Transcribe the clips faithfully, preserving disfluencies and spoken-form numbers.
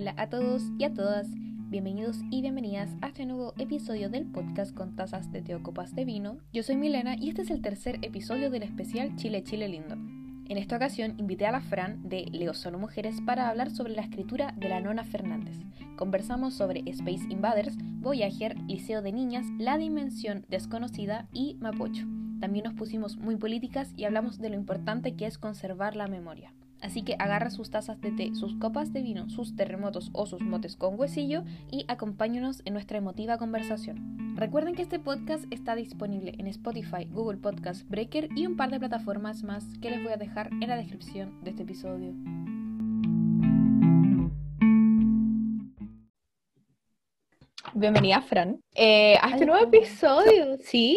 Hola a todos y a todas, bienvenidos y bienvenidas a este nuevo episodio del podcast con tazas de té o copas de vino. Yo soy Milena y este es el tercer episodio del especial Chile Chile Lindo. En esta ocasión invité a la Fran de Leo Solo Mujeres para hablar sobre la escritura de la Nona Fernández. Conversamos sobre Space Invaders, Voyager, Liceo de Niñas, La Dimensión Desconocida y Mapocho. También nos pusimos muy políticas y hablamos de lo importante que es conservar la memoria. Así que agarra sus tazas de té, sus copas de vino, sus terremotos o sus motes con huesillo y acompáñanos en nuestra emotiva conversación. Recuerden que este podcast está disponible en Spotify, Google Podcast, Breaker y un par de plataformas más que les voy a dejar en la descripción de este episodio. Bienvenida, Fran, eh, a este Ay, nuevo episodio. Sí.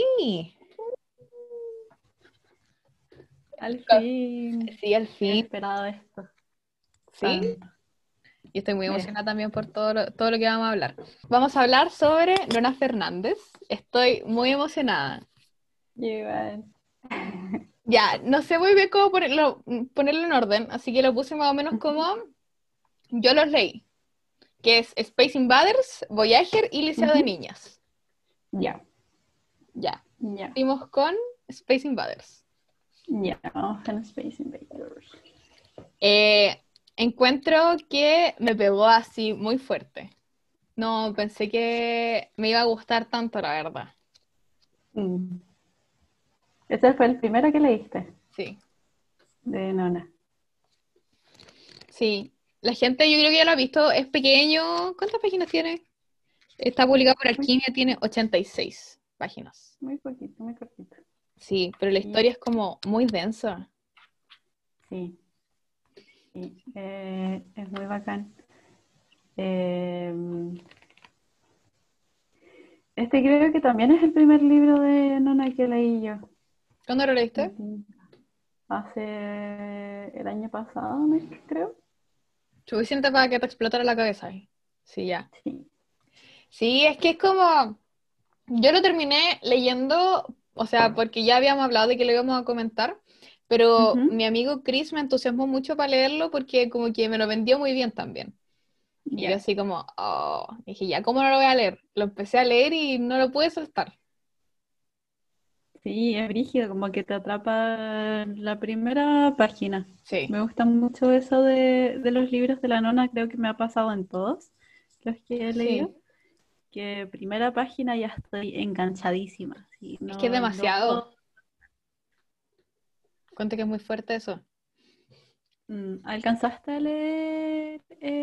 Al fin. Sí, al He fin. esperado esto. Sí. Tanto. Y estoy muy Yes. emocionada también por todo lo, todo lo que vamos a hablar. Vamos a hablar sobre Nona Fernández. Estoy muy emocionada. Igual. Ya, no sé muy bien cómo ponerlo, ponerlo en orden, así que lo puse más o menos como yo los leí, que es Space Invaders, Voyager y Liceo de Ujú. Niñas. Ya. Ya, Ya. seguimos con Space Invaders. Ya. Vamos con Space Invaders. Eh, encuentro que me pegó así muy fuerte. No pensé que me iba a gustar tanto, la verdad. Mm. Ese fue el primero que leíste Sí. de Nona. Sí, la gente yo creo que ya lo ha visto, es pequeño. ¿Cuántas páginas tiene? Está publicado por Muy, Alquimia, tiene ochenta y seis páginas. muy poquito, muy cortito. Sí, pero la Y historia es como muy densa. sí, sí. Eh, es muy bacán. Eh, este creo que también es el primer libro de Nona que leí yo. ¿Cuándo lo Me leíste? tinca. Hace el año pasado, me- creo. Suficiente para que te explotara la cabeza ahí. Sí, ya. Sí. Sí, es que es como... Yo lo terminé leyendo, o sea, porque ya habíamos hablado de que lo íbamos a comentar, pero Ujú. mi amigo Chris me entusiasmó mucho para leerlo porque como que me lo vendió muy bien también. Y yo Ya. así como, oh, dije, ya, ¿cómo no lo voy a leer? Lo empecé a leer y no lo pude soltar. Sí, es brígido, como que te atrapa la primera página. Sí, Me gusta mucho eso de, de los libros de la nona, creo que me ha pasado en todos los que he leído, sí. que primera página ya estoy enganchadísima. Sí, Es que es no, no demasiado. puedo. Cuenta que es muy fuerte eso. Mm, ¿alcanzaste a leer,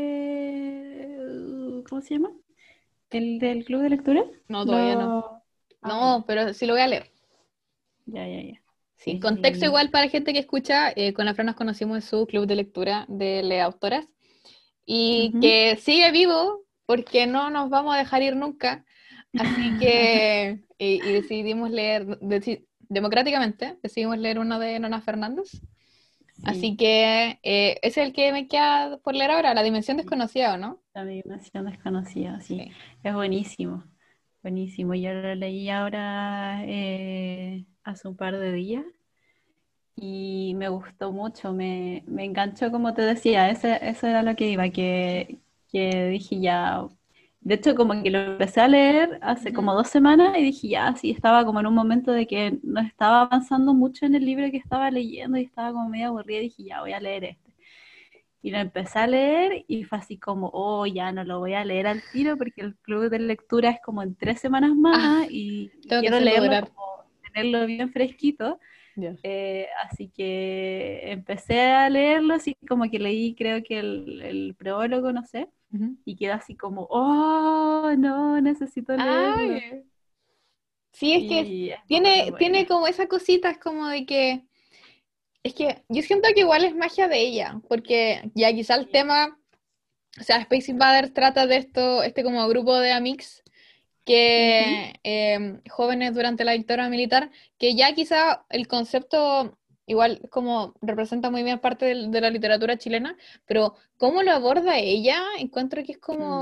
eh, ¿cómo se llama? ¿El del club de lectura? No, todavía no. Lo... Ah, No, ya, pero sí lo voy a leer. ya, ya, ya. Sí, Sí, contexto sí. igual para la gente que escucha, eh, con la Fran nos conocimos en su club de lectura de Le Autoras y Ujú. que sigue vivo porque no nos vamos a dejar ir nunca. Así que, y, y decidimos leer, deci- democráticamente, decidimos leer uno de Nona Fernández. Sí. Así que eh, ese es el que me queda por leer ahora, La Dimensión Desconocida, ¿o no? La dimensión desconocida, sí. Sí. Es buenísimo, buenísimo. Yo lo leí ahora eh, hace un par de días y me gustó mucho, me, me enganchó como te decía, ese, eso era lo que iba, que, que dije ya, de hecho como que lo empecé a leer hace como Ujú. dos semanas y dije ya, sí, estaba como en un momento de que no estaba avanzando mucho en el libro que estaba leyendo y estaba como medio aburrida y dije ya, voy a leer este. Y lo empecé a leer y fue así como, oh, ya no lo voy a leer al tiro porque el club de lectura es como en tres semanas Ah, más y, y tengo que quiero hacerlo leerlo durar. como tenerlo bien fresquito. Ya. Eh, así que empecé a leerlo, así como que leí creo que el, el prólogo, no sé, Ujú. y quedé así como, oh, no, necesito leerlo. Ay, sí, es que Y es muy tiene, bueno. tiene como esa cosita, es como de que, es que yo siento que igual es magia de ella, porque ya quizá el Sí. tema, o sea, Space Invaders trata de esto, este como grupo de amics Ujú. que eh, jóvenes durante la dictadura militar, que ya quizá el concepto igual como representa muy bien parte del- de, la literatura chilena, pero cómo lo aborda ella, encuentro que es Mm. como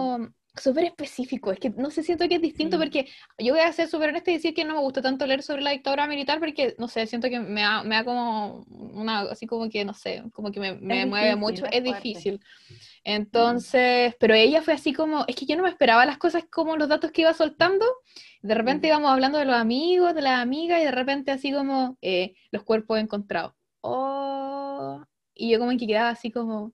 súper específico, es que no sé, siento que es distinto Sí, porque yo voy a ser súper honesta y decir que no me gusta tanto leer sobre la dictadura militar porque, no sé, siento que me da, me da como una, así como que, no sé, como que me, es me mueve difícil, mucho, es es fuerte. difícil. Sí, Entonces, pero ella fue así como, es que yo no me esperaba las cosas como los datos que iba soltando, de repente mm, íbamos hablando de los amigos, de las amigas y de repente así como eh, los cuerpos encontrados. Oh, y yo como que quedaba así como...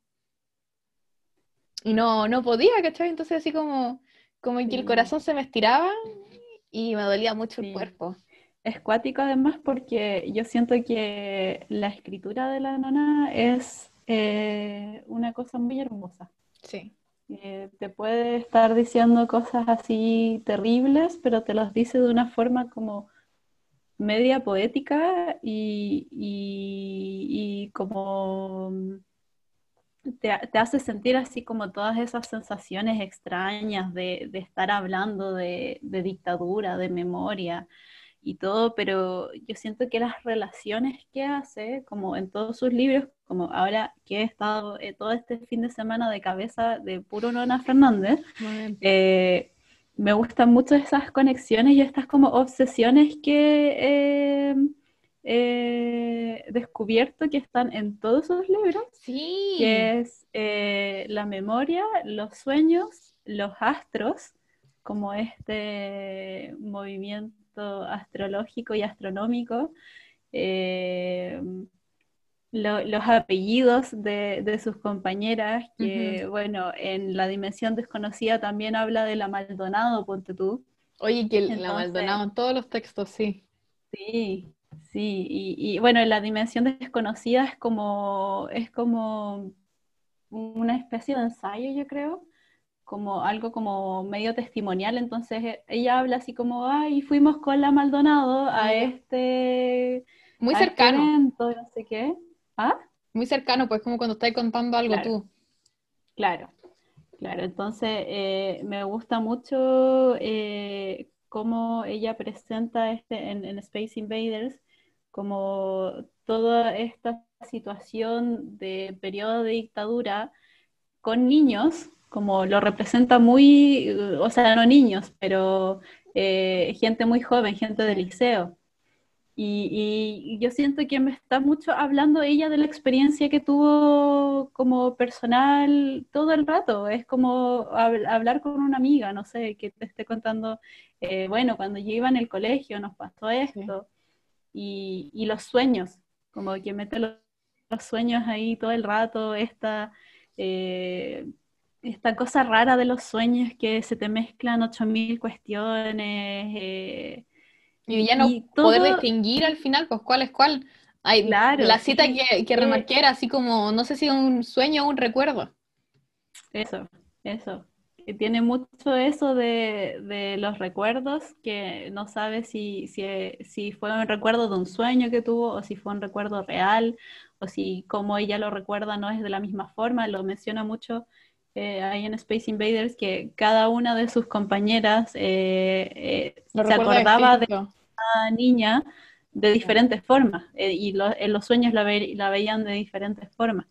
Y no, no podía, ¿cachai? Entonces así como, como que el sí, corazón se me estiraba y me dolía mucho el sí. cuerpo. Es cuático además porque yo siento que la escritura de la nona es eh, una cosa muy hermosa. Sí, Eh, te puede estar diciendo cosas así terribles, pero te los dice de una forma como media poética y, y- y como te, te hace sentir así como todas esas sensaciones extrañas de, de estar hablando de, de dictadura, de memoria y todo, pero yo siento que las relaciones que hace, como en todos sus libros, como ahora que he estado eh, todo este fin de semana de cabeza de puro Nona Fernández, muy bien. eh, me gustan mucho esas conexiones y estas como obsesiones que eh, he descubierto que están en todos sus libros, Sí, que es eh, la memoria, los sueños, los astros, como este movimiento astrológico y astronómico, eh, lo- los apellidos de, de sus compañeras, ujú. que bueno, en La Dimensión Desconocida también habla de la Maldonado, ponte tú. Oye, que la Entonces, Maldonado en todos los textos, sí. sí, sí, y, y, bueno, en La Dimensión Desconocida es como, es como una especie de ensayo, yo creo, como algo como medio testimonial, entonces eh, ella habla así como, ay, fuimos con la Maldonado Ah, a ya. este, Muy a este cercano, evento, no sé qué. ¿Ah? muy cercano, pues como cuando estás contando algo Claro, tú. claro, claro. Entonces eh, me gusta mucho eh, cómo ella presenta este en, en Space Invaders, como toda esta situación de periodo de dictadura con niños, como lo representa muy, eh, o sea, no niños, pero eh, gente muy joven, gente de Sí, liceo. Y, y yo siento que me está mucho hablando ella de la experiencia que tuvo como personal todo el rato. Es como hab- hablar con una amiga, no sé, que te esté contando, eh, bueno, cuando yo iba en el colegio nos pasó sí. esto. Y, y los sueños, como que mete los, los sueños ahí todo el rato, esta, eh, esta cosa rara de los sueños que se te mezclan ocho mil cuestiones. eh, Y y, ya no y poder todo, distinguir al final, pues cuál es cuál. Ay, la claro, cita y que, que eh, remarqué era así como, no sé si un sueño o un recuerdo. eso, eso. Que tiene mucho eso de, de los recuerdos, que no sabe si, si, si fue un recuerdo de un sueño que tuvo o si fue un recuerdo real o si como ella lo recuerda no es de la misma forma. Lo menciona mucho eh, ahí en Space Invaders que cada una de sus compañeras eh, eh, Lo se recuerda acordaba de distinto. la niña de Sí. diferentes formas eh, y lo- en los sueños la, ve- la veían de diferentes formas.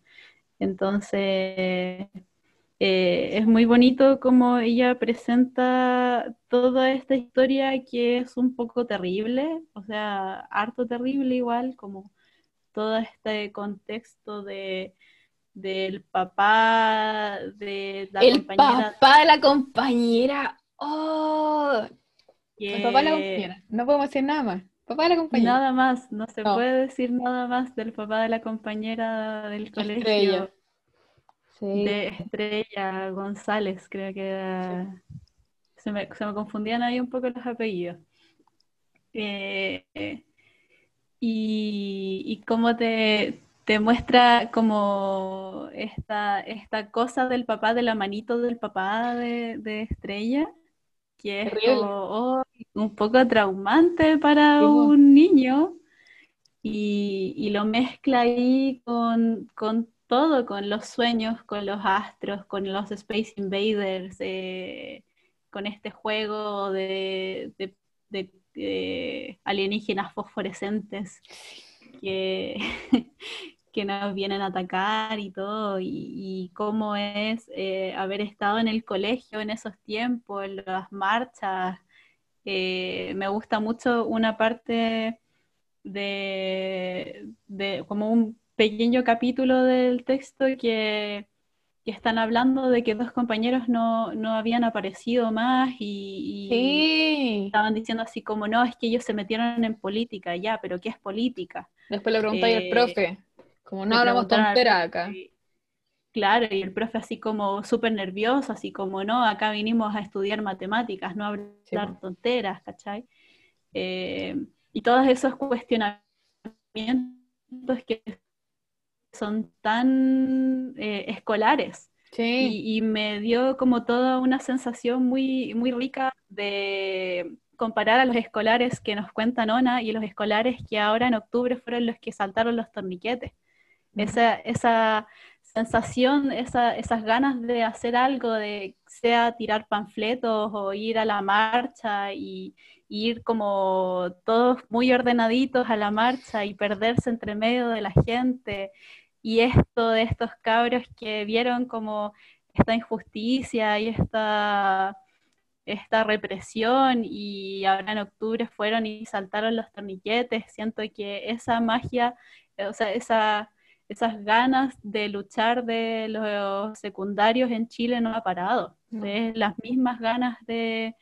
Entonces, eh, es muy bonito como ella presenta toda esta historia que es un poco terrible, o sea, harto terrible igual, como todo este contexto de, del papá, de la El compañera papá de la compañera. Oh, el papá de la que compañera. No podemos decir nada más. Papá de la compañera. nada más, no se No, puede decir nada más del papá de la compañera del estrella. colegio, Sí. de Estrella González, creo que Sí. era. Se me, se me confundían ahí un poco los apellidos. Eh, eh, y, y cómo te, te muestra como esta, esta cosa del papá, de la manito del papá de, de Estrella, que es como Terrible. oh, un poco traumante para Sí, po. un niño y, y lo mezcla ahí con, con todo, con los sueños, con los astros, con los Space Invaders, eh, con este juego de, de- de, eh, alienígenas fosforescentes que, que nos vienen a atacar y todo, y, y cómo es eh, haber estado en el colegio en esos tiempos, en las marchas. Eh, me gusta mucho una parte de, de como un pequeño capítulo del texto que, que están hablando de que dos compañeros no, no habían aparecido más y, y Sí. estaban diciendo así como, no, es que ellos se metieron en política, ya, pero ¿qué es política? Después le preguntáis al Eh, profe, como no le hablamos preguntaron al tontera profe, acá. claro, y el profe así como súper nervioso, así como, no, acá vinimos a estudiar matemáticas, no a Sí, po. hablar tonteras, ¿cachai? Eh, y todos esos cuestionamientos que son tan eh, escolares. Sí. Y, y me dio como toda una sensación muy, muy rica de comparar a los escolares que nos cuenta Nona y los escolares que ahora en octubre fueron los que saltaron los torniquetes. Ujú. Esa, esa sensación, esa, esas ganas de hacer algo, de sea tirar panfletos o ir a la marcha y, y ir como todos muy ordenaditos a la marcha y perderse entre medio de la gente. Y esto de estos cabros que vieron como esta injusticia y esta, esta represión y ahora en octubre fueron y saltaron los torniquetes. Siento que esa magia, o sea, esa, esas ganas de luchar de los secundarios en Chile no ha parado. No. Es las mismas ganas de,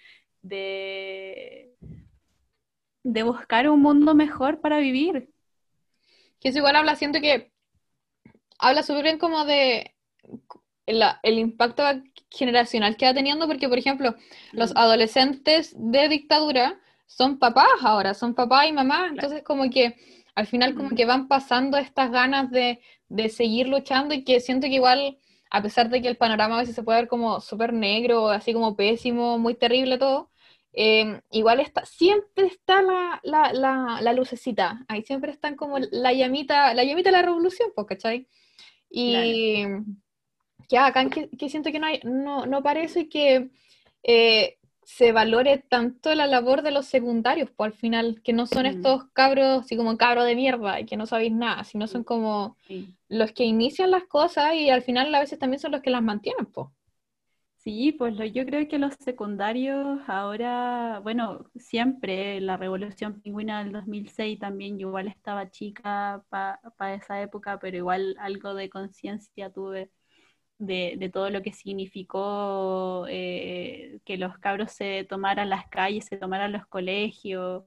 de, de buscar un mundo mejor para vivir. Que eso igual habla, siento que habla súper bien como de la- el impacto generacional que va teniendo, porque por ejemplo, los Mm, adolescentes de dictadura son papás ahora, son papá y mamá, claro. entonces como que al final como Mm, que van pasando estas ganas de, de seguir luchando y que siento que igual, a pesar de que el panorama a veces se puede ver como súper negro, así como pésimo, muy terrible todo, eh, igual está, siempre está la, la, la, la lucecita, ahí siempre están como la llamita, la llamita de la revolución, pues, ¿cachai? claro. Y que acá que, que siento que no, hay, no, no parece que eh, se valore tanto la labor de los secundarios, pues al final, que no son Mm, estos cabros, así como cabros de mierda, y que no sabéis nada, sino son como sí. los que inician las cosas y al final a veces también son los que las mantienen, pues. Sí, pues lo- yo creo que los secundarios ahora, bueno, siempre la Revolución Pingüina del dos mil seis también, yo igual estaba chica para esa época, pero igual algo de conciencia tuve de, de todo lo que significó eh, que los cabros se tomaran las calles, se tomaran los colegios.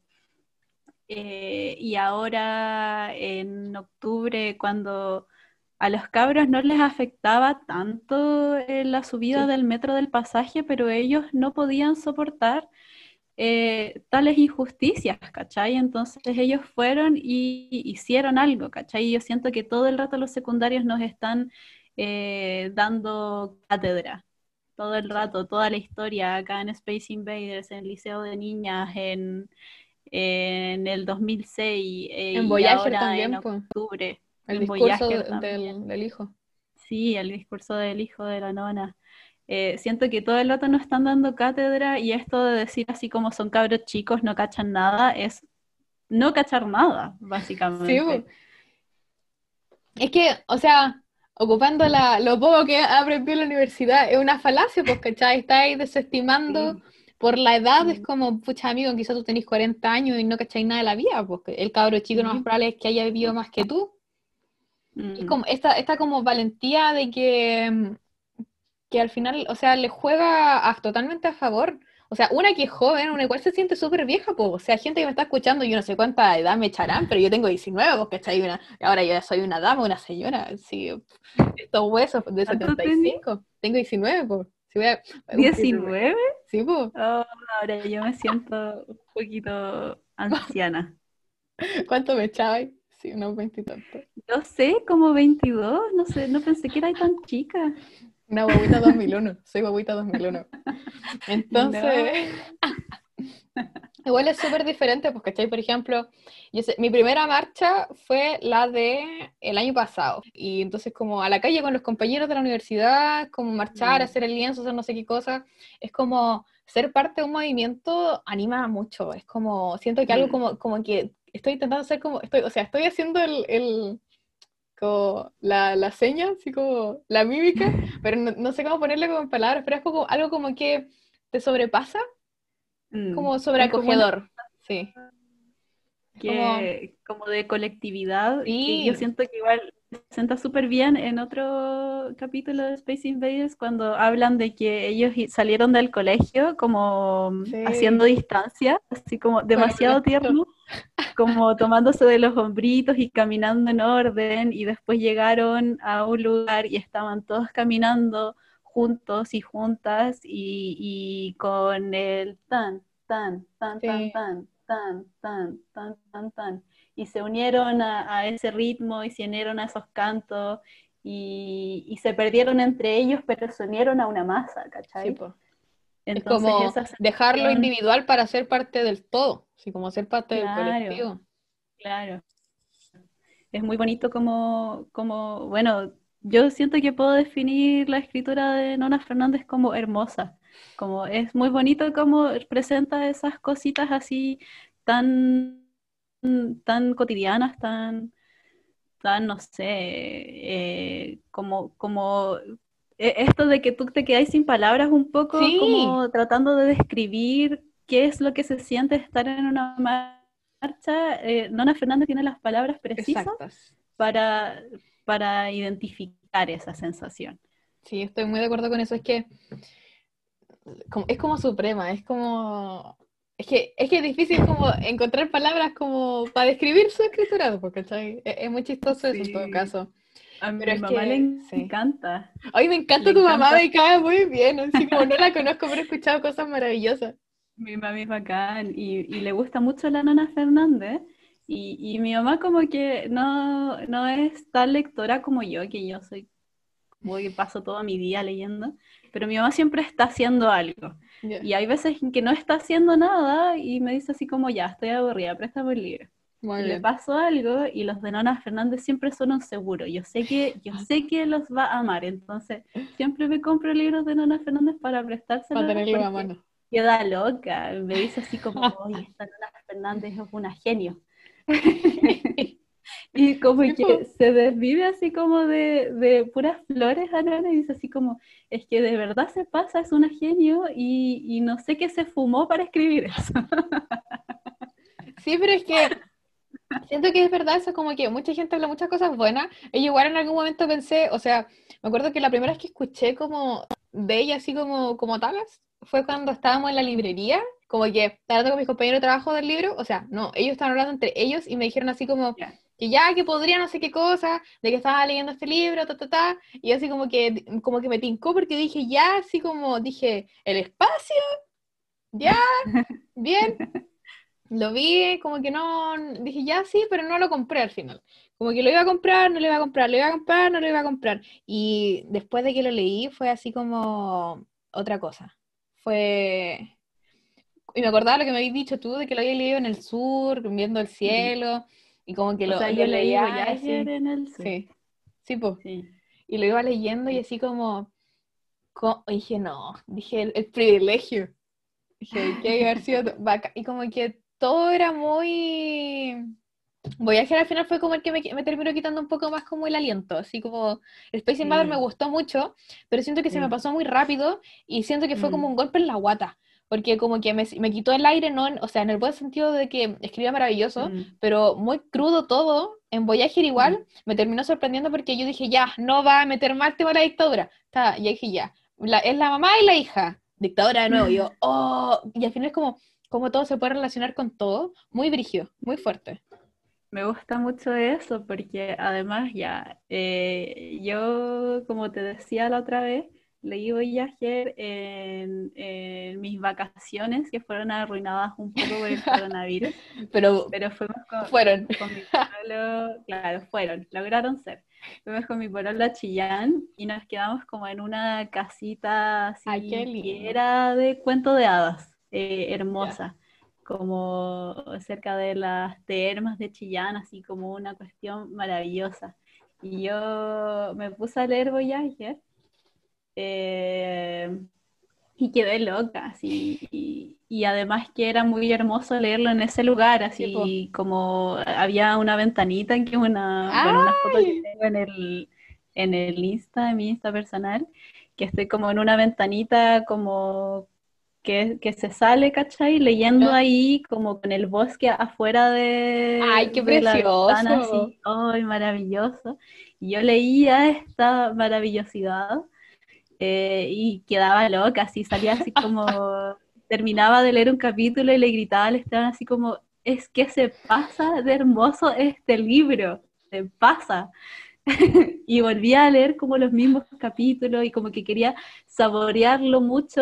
Eh, y ahora en octubre, cuando a los cabros no les afectaba tanto eh, la subida Sí. del metro del pasaje, pero ellos no podían soportar eh, tales injusticias, ¿cachai? Entonces ellos fueron y hicieron algo, ¿cachai? Y yo siento que todo el rato los secundarios nos están eh, dando cátedra. Todo el Sí. rato, toda la historia acá en Space Invaders, en el Liceo de Niñas, en, en el dos mil seis eh, En y Voyager ahora en también, pues, octubre, el en discurso Voyager de- también. del, del hijo. Sí, el discurso del hijo de la nona. Eh, siento que todo el rato nos están dando cátedra y esto de decir así como son cabros chicos, no cachan nada, es no cachar nada, Sí, po. básicamente. Es que, o sea, ocupando la, lo poco que aprendió en la universidad, es una falacia, pues, ¿cachai? Estáis desestimando Sí. por la edad, es Mm, como, pucha, amigo, quizás tú tenés cuarenta años y no cacháis nada de la vida, pues que el cabro chico lo más sí. probable es que haya vivido más que tú. Y es Mm, como esta, esta como valentía de que, mm, que al final, o sea, le juega a- totalmente a favor. O sea, una que es joven, una igual se siente súper vieja, pues. O sea, gente que me está escuchando, yo no sé cuánta edad me echarán, pero yo tengo diecinueve, pues, ¿cachai? Una, ahora yo ya soy una dama, una señora, sí, estos huesos de ¿Cuánto setenta y tenés? cinco Tengo diecinueve, pues. Si voy a, voy a cumplir el mes. ¿diecinueve? Sí, pues. Oh, ahora yo me siento un poquito anciana. ¿Cuánto me echabais? Sí, unos veinte y tantos. No sé, como veintidós, no sé, no pensé que era tan chica. Una guaguita dos mil uno, soy guaguita dos mil uno. Entonces, No. igual es súper diferente, porque, ¿cachai? Por ejemplo, yo sé, mi primera marcha fue la de el año pasado. Y entonces como a la calle con los compañeros de la universidad, como marchar, Mm, hacer el lienzo, hacer no sé qué cosa, es como ser parte de un movimiento anima mucho. Es como, siento que algo mm, como, como que estoy intentando hacer como, estoy, o sea, estoy haciendo el, el como la, la seña, así como la mímica, pero no, no sé cómo ponerle como en palabras, pero es como algo como que te sobrepasa, Mm, como Es como una sobreacogedor, sí. Es como, que como de colectividad, que yo sí, siento que igual se presenta súper bien en otro capítulo de Space Invaders cuando hablan de que ellos i- salieron del colegio como haciendo sí, distancia, así como con un demasiado gatito. tierno, como tomándose de los hombritos y caminando en orden, y después llegaron a un lugar y estaban todos caminando juntos y juntas y, y con el tan, tan, tan, tan, Sí, tan, tan, tan, tan, tan, tan, y se unieron a, a ese ritmo y se unieron a esos cantos y, y se perdieron entre ellos, pero se unieron a una masa, sí, ¿cachai? pues. Es Entonces como esa dejar lo sensación, individual para ser parte del todo, así como ser parte del claro, colectivo. claro. Es muy bonito como, como, bueno, yo siento que puedo definir la escritura de Nona Fernández como hermosa, como es muy bonito como presenta esas cositas así tan, tan cotidianas, tan, tan, no sé, eh, como, como eh, esto de que tú te quedáis sin palabras un poco, Sí, como tratando de describir qué es lo que se siente estar en una marcha. eh, Nona Fernández tiene las palabras precisas exactas. para, para identificar esa sensación. Sí, estoy muy de acuerdo con eso. Es que como- es como suprema, es como... Es que, es que es difícil como encontrar palabras como para describir su escritura, porque ¿cachai? Es, es muy chistoso eso en todo Sí, caso. a Pero mi es mamá le que, sí. encanta, Ay, me le encanta tu mamá, encanta. me cae muy bien, así como no la conozco, pero he escuchado cosas maravillosas. Mi mami es bacán y, y le gusta mucho la Nana Fernández. Y, y mi mamá como que no, no es tan lectora como yo, que yo soy, como que paso todo mi día leyendo, pero mi mamá siempre está haciendo algo. Ya, Y hay veces en que no está haciendo nada y me dice así como, ya, estoy aburrida, préstame el libro. muy Y le bien. paso algo y los de Nona Fernández siempre son un seguro. Yo sé que, yo sé que los va a amar, entonces siempre me compro libros de Nona Fernández para Para prestárselos tenerlo a porque mano. queda loca. Me dice así como, oye, esta Nona Fernández es una genio. Y como Sí, que po. se desvive así como de, de puras flores a Nona y dice así como, es que de verdad se pasa, es una genio y, y no sé qué se fumó para escribir eso. Sí, pero es que siento que es verdad eso, como que mucha gente habla muchas cosas buenas. Y yo igual en algún momento pensé, o sea, me acuerdo que la primera vez que escuché como de ella, así como, como talas, fue cuando estábamos en la librería, como que estaba hablando con mis compañeros de trabajo del libro, o sea, no, ellos estaban hablando entre ellos y me dijeron así como Ya. que ya, que podría no sé qué cosa, de que estaba leyendo este libro, ta, ta, ta, y yo así como que, como que me tincó porque dije, ya, así como dije, el espacio, ya, bien. Lo vi, como que no, dije ya sí, pero no lo compré al final. Como que lo iba a comprar, no lo iba a comprar, lo iba a comprar, no lo iba a comprar. Y después de que lo leí fue así como otra cosa. Fue... Y me acordaba lo que me habías dicho tú, de que lo habías leído en el sur, viendo el Mm. cielo, y como que O lo, sea, lo yo leí leía y Voyager así. en el sur. Sí, sí, pues. Sí. Y lo iba leyendo y así como, co- y dije, no, dije el, el privilegio. Dije, que haber sido bacán. Y como que todo era muy... Voyager al final fue como el que me, me terminó quitando un poco más como el aliento, así como Space Invader me Sí. gustó mucho, pero siento que se me Sí. pasó muy rápido y siento que fue como Mm, un golpe en la guata, porque como que me, me quitó el aire, no en- o sea, en el buen sentido de que escribía maravilloso, mm, pero muy crudo todo. En Voyager igual mm. me terminó sorprendiendo porque yo dije, ya, no va a meter más tema de la dictadura. Está, ya dije, ya, la- es la mamá y la hija, dictadura de nuevo, y yo, oh, y al final es como, como todo se puede relacionar con todo, muy brígido, muy fuerte. Me gusta mucho eso porque además ya, eh, yo, como te decía la otra vez, leí Voyager en, en mis vacaciones que fueron arruinadas un poco por el coronavirus, Pero pero fuimos con, fueron. con mi pololo, claro, fueron, lograron ser. Fuimos con mi pololo a Chillán y nos quedamos como en una casita Ay, qué así que lindo. era de cuento de hadas, eh, Ya. hermosa, como cerca de las termas de Chillán, así como una cuestión maravillosa. Y yo me puse a leer Voyager, eh, Y quedé loca, así, y, y además que era muy hermoso leerlo en ese lugar, Sí, po. así como había una ventanita en que una, bueno, una foto que ¡Ay! tengo en el, en el Insta, en mi Insta personal, que estoy como en una ventanita como que, que se sale, ¿cachai? Leyendo Ya. ahí como con el bosque afuera ¡Ay, de, qué de la ventana, precioso! así, ¡ay, maravilloso! Y yo leía esta maravillosidad eh, y quedaba loca, así salía así como, terminaba de leer un capítulo y le gritaba al Esteban así como, es que se pasa de hermoso este libro, se pasa. Y volvía a leer como los mismos capítulos y como que quería saborearlo mucho,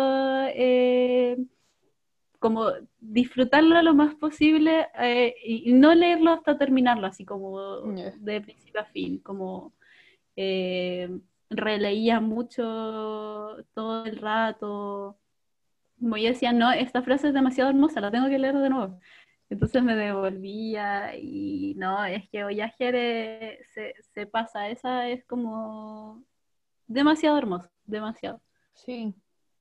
eh, como disfrutarlo lo más posible eh, y no leerlo hasta terminarlo, así como Ya. de principio a fin, como eh, releía mucho todo el rato. Como yo decía, no, esta frase es demasiado hermosa, la tengo que leer de nuevo. Entonces me devolvía y no, es que Voyager se, se pasa, esa es como demasiado hermoso, demasiado. Sí.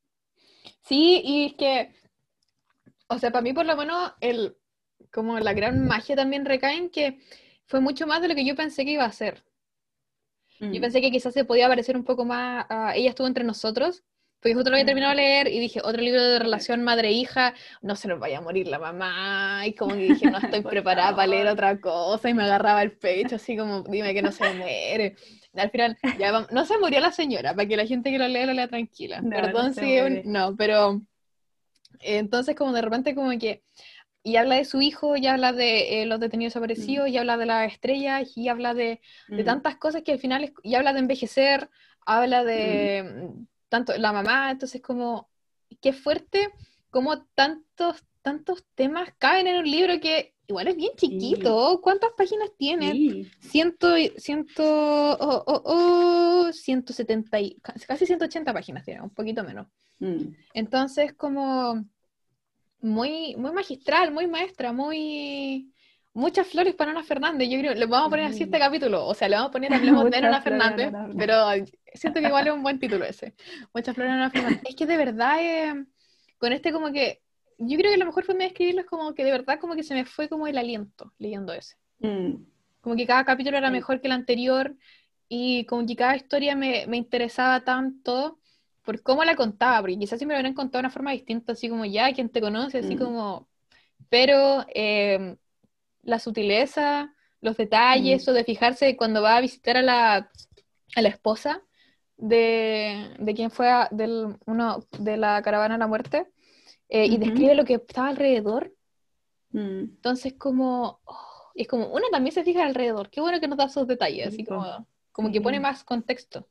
Sí, y es que, o sea, para mí por lo menos el, como la gran magia también recae en que fue mucho más de lo que yo pensé que iba a ser. Yo Mm, pensé que quizás se podía parecer un poco más a Ella estuvo entre nosotros, porque justo lo había terminado de mm, leer y dije, otro libro de claro. relación madre-hija, no se nos vaya a morir la mamá, y como que dije, no estoy Por preparada para leer favor. otra cosa, y me agarraba el pecho, así como, dime que no se muere. Y al final, ya vamos- no se murió la señora, para que la gente que lo lea lo lea tranquila. No, no Perdón se si es un- muere. no, pero eh, entonces como de repente como que y habla de su hijo, y habla de eh, los detenidos Mm, desaparecidos, y habla de las estrellas, y habla de, de mm, tantas cosas que al final, es- y habla de envejecer, habla mm, de mm, tanto la mamá, entonces como, qué fuerte, como tantos, tantos temas caben en un libro que igual es bien sí, chiquito. ¿Cuántas páginas tiene? sí. Ciento, y- ciento, oh, oh, oh, ciento setenta y, casi ciento ochenta páginas tiene, un poquito menos. Mm, Entonces, como muy, muy magistral, muy maestra, muy... Muchas flores para Ana Fernández. Yo creo, le vamos a poner así este sí. capítulo. O sea, le vamos a poner Hablemos de Ana Muchas flores en Fernández, la flor. pero siento que igual es un buen título ese. Muchas flores para Ana Fernández. Es que de verdad, eh, con este como que... Yo creo que la mejor forma de escribirlo es como que de verdad como que se me fue como el aliento leyendo ese. Mm, Como que cada capítulo era sí. mejor que el anterior y como que cada historia me, me interesaba tanto por cómo la contaba, porque quizás si me lo hubieran contado de una forma distinta, así como ya, quien te conoce, así Mm, como pero eh, la sutileza, los detalles, mm, eso de fijarse cuando va a visitar a la, a la esposa de, de quien fue a- del, uno, de la caravana a la muerte, eh, y ujú, describe lo que estaba alrededor, mm, entonces como, oh, es como, una también se fija alrededor, qué bueno que nos da esos detalles, sí, así po. como, como que pone Sí, más contexto.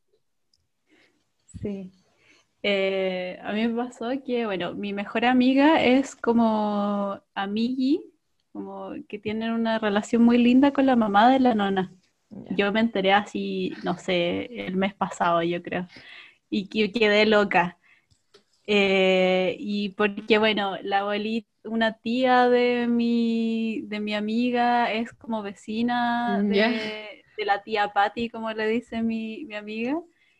sí. Eh, a mí me pasó que, bueno, mi mejor amiga es como amigui, como que tienen una relación muy linda con la mamá de la nona. Ya. Yo me enteré así, no sé, el mes pasado, yo creo, y que quedé loca. Eh, y porque, bueno, la abuelita, una tía de mi, de mi amiga es como vecina Ya. de, de la tía Patty, como le dice mi, mi amiga.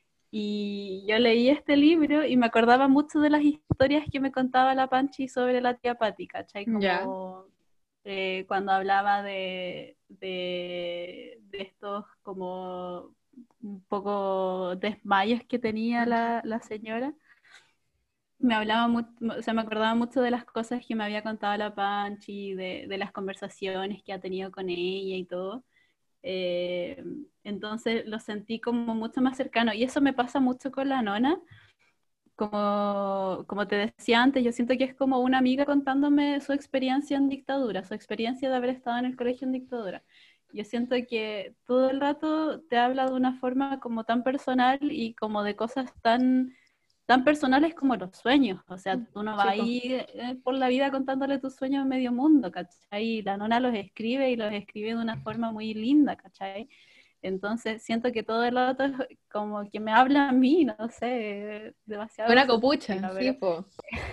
Y yo leí este libro y me acordaba mucho de las historias que me contaba la Panchi sobre la tía Patty, ¿cachai? Ya. Como eh, cuando hablaba de, de, de estos como un poco desmayos que tenía Ya. la, la señora. Me hablaba mucho, o sea, me acordaba mucho de las cosas que me había contado la Panchi, de, de las conversaciones que ha tenido con ella y todo. Eh, entonces lo sentí como mucho más cercano. Y eso me pasa mucho con la nona. Como, como te decía antes, yo siento que es como una amiga contándome su experiencia en dictadura, su experiencia de haber estado en el colegio en dictadura. Yo siento que todo el rato te habla de una forma como tan personal y como de cosas tan tan personales como los sueños. O sea, tú no vas Sí, a po. ir eh, por la vida contándole tus sueños a medio mundo, ¿cachai? La nona los escribe y los escribe de una forma muy linda, ¿cachai? Entonces siento que todo el rato es como que me habla a mí, no sé, demasiado Buena copucha, egocéntrica, sí, pero... po.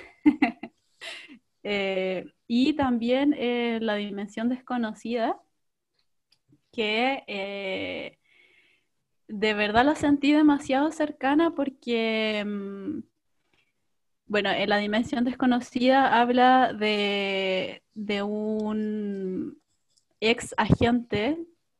eh, y también eh, la dimensión desconocida, que eh, de verdad la sentí demasiado cercana porque... mm, bueno, en La Dimensión Desconocida habla de, de un ex agente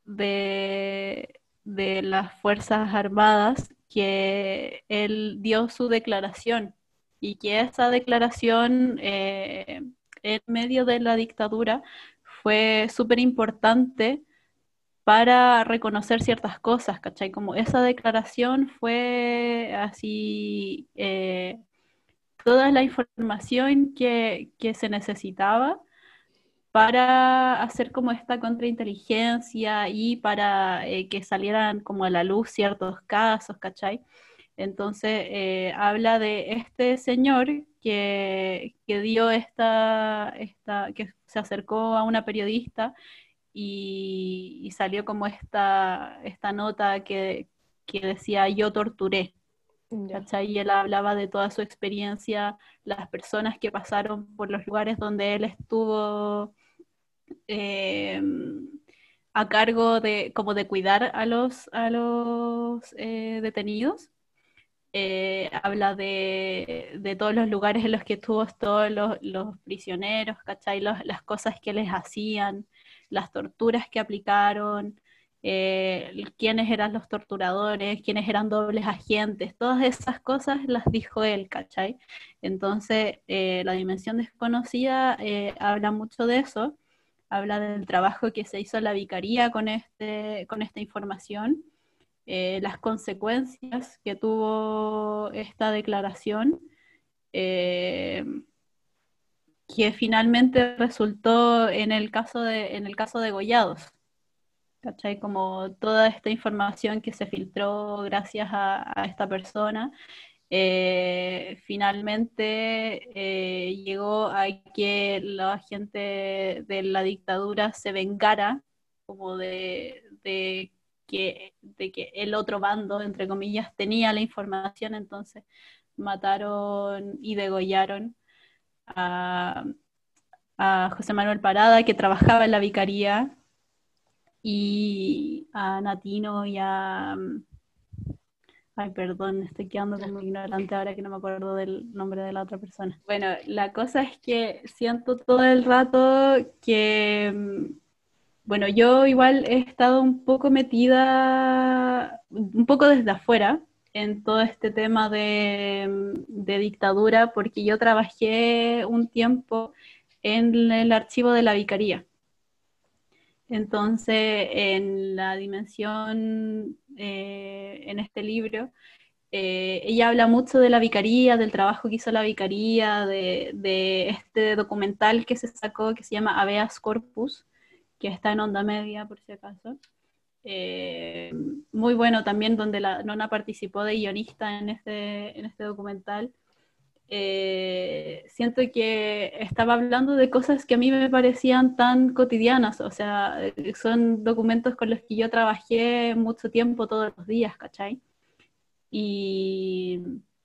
de, de las Fuerzas Armadas que él dio su declaración y que esa declaración eh, en medio de la dictadura fue súper importante para reconocer ciertas cosas, ¿cachai? Como esa declaración fue así, eh, toda la información que, que se necesitaba para hacer como esta contrainteligencia y para eh, que salieran como a la luz ciertos casos, ¿cachai? Entonces, eh, habla de este señor que, que dio esta, esta, que se acercó a una periodista y, y salió como esta, esta nota que, que decía yo torturé. Ya. ¿Cachai? Y él hablaba de toda su experiencia, las personas que pasaron por los lugares donde él estuvo eh, a cargo de, como de cuidar a los, a los eh, detenidos. Eh, habla de, de, todos los lugares en los que estuvo todos los, los prisioneros, ¿cachai? Los, las cosas que les hacían, las torturas que aplicaron, eh, quiénes eran los torturadores, quiénes eran dobles agentes, todas esas cosas las dijo él, ¿cachai? Entonces, eh, La Dimensión Desconocida eh, habla mucho de eso, habla del trabajo que se hizo en la vicaría con, este, con esta información, eh, las consecuencias que tuvo esta declaración, eh, que finalmente resultó en el caso de, en el caso de Gollados. ¿Cachai? Como toda esta información que se filtró gracias a, a esta persona, eh, finalmente eh, llegó a que la gente de la dictadura se vengara como de, de, que, de que el otro bando, entre comillas, tenía la información, entonces mataron y degollaron a, a José Manuel Parada, que trabajaba en la vicaría, y a Natino y a... Ay, perdón, estoy quedando como ignorante ahora que no me acuerdo del nombre de la otra persona. Bueno, la cosa es que siento todo el rato que, mm, bueno, yo igual he estado un poco metida, un poco desde afuera, en todo este tema de, mm, de dictadura, porque yo trabajé un tiempo en el archivo de la vicaría. Entonces, en la dimensión, eh, en este libro, eh, ella habla mucho de la vicaría, del trabajo que hizo la vicaría, de, de este documental que se sacó que se llama Habeas Corpus, que está en Onda Media, por si acaso. Eh, muy bueno también, donde la Nona participó de guionista en este, en este documental. Eh, siento que estaba hablando de cosas que a mí me parecían tan cotidianas, o sea, son documentos con los que yo trabajé mucho tiempo, todos los días, ¿cachai? Y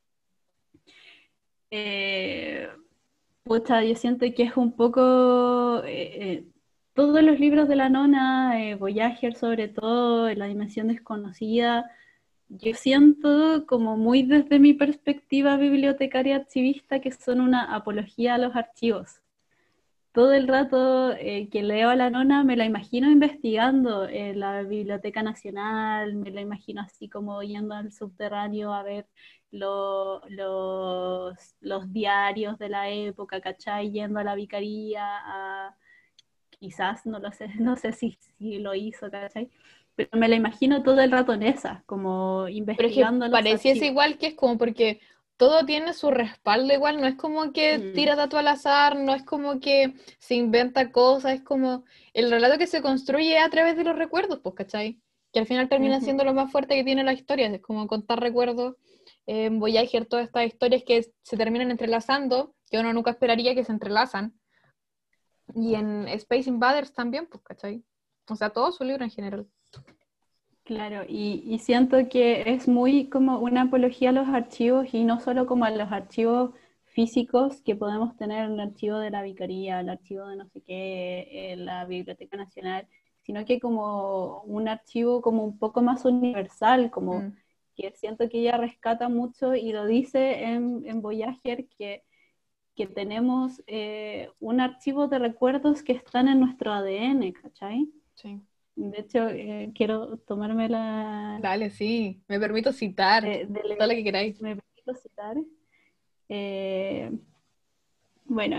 eh, pucha, yo siento que es un poco eh, eh, todos los libros de la nona, eh, Voyager sobre todo, La Dimensión Desconocida, yo siento como muy desde mi perspectiva bibliotecaria archivista que son una apología a los archivos. Todo el rato eh, que leo a la nona me la imagino investigando en la Biblioteca Nacional, me la imagino así como yendo al subterráneo a ver lo- los, los diarios de la época, ¿cachai? Yendo a la vicaría, a, quizás, no lo sé, no sé si, si lo hizo, ¿cachai? Pero me la imagino todo el rato en esa, como Pero es que investigando los pareciese archivos. igual que es como porque todo tiene su respaldo igual, no es como que Mm, tira dato al azar, no es como que se inventa cosas, es como el relato que se construye a través de los recuerdos, pues, ¿cachai? Que al final termina ujú. siendo lo más fuerte que tiene la historia, es como contar recuerdos, eh, en Voyager, todas estas historias que se terminan entrelazando, que uno nunca esperaría que se entrelazan, y en Space Invaders también, pues, ¿cachai? O sea, todo su libro en general. Claro, y, y siento que es muy como una apología a los archivos y no solo como a los archivos físicos que podemos tener, el archivo de la Vicaría, el archivo de no sé qué, eh, la Biblioteca Nacional, sino que como un archivo como un poco más universal, como Mm. que siento que ella rescata mucho y lo dice en, en Voyager, que, que tenemos eh, un archivo de recuerdos que están en nuestro A D N, ¿cachai? Sí. De hecho, eh, quiero tomarme la... Dale, sí. Me permito citar de, de todo lo leer, que queráis. me permito citar. Eh, bueno,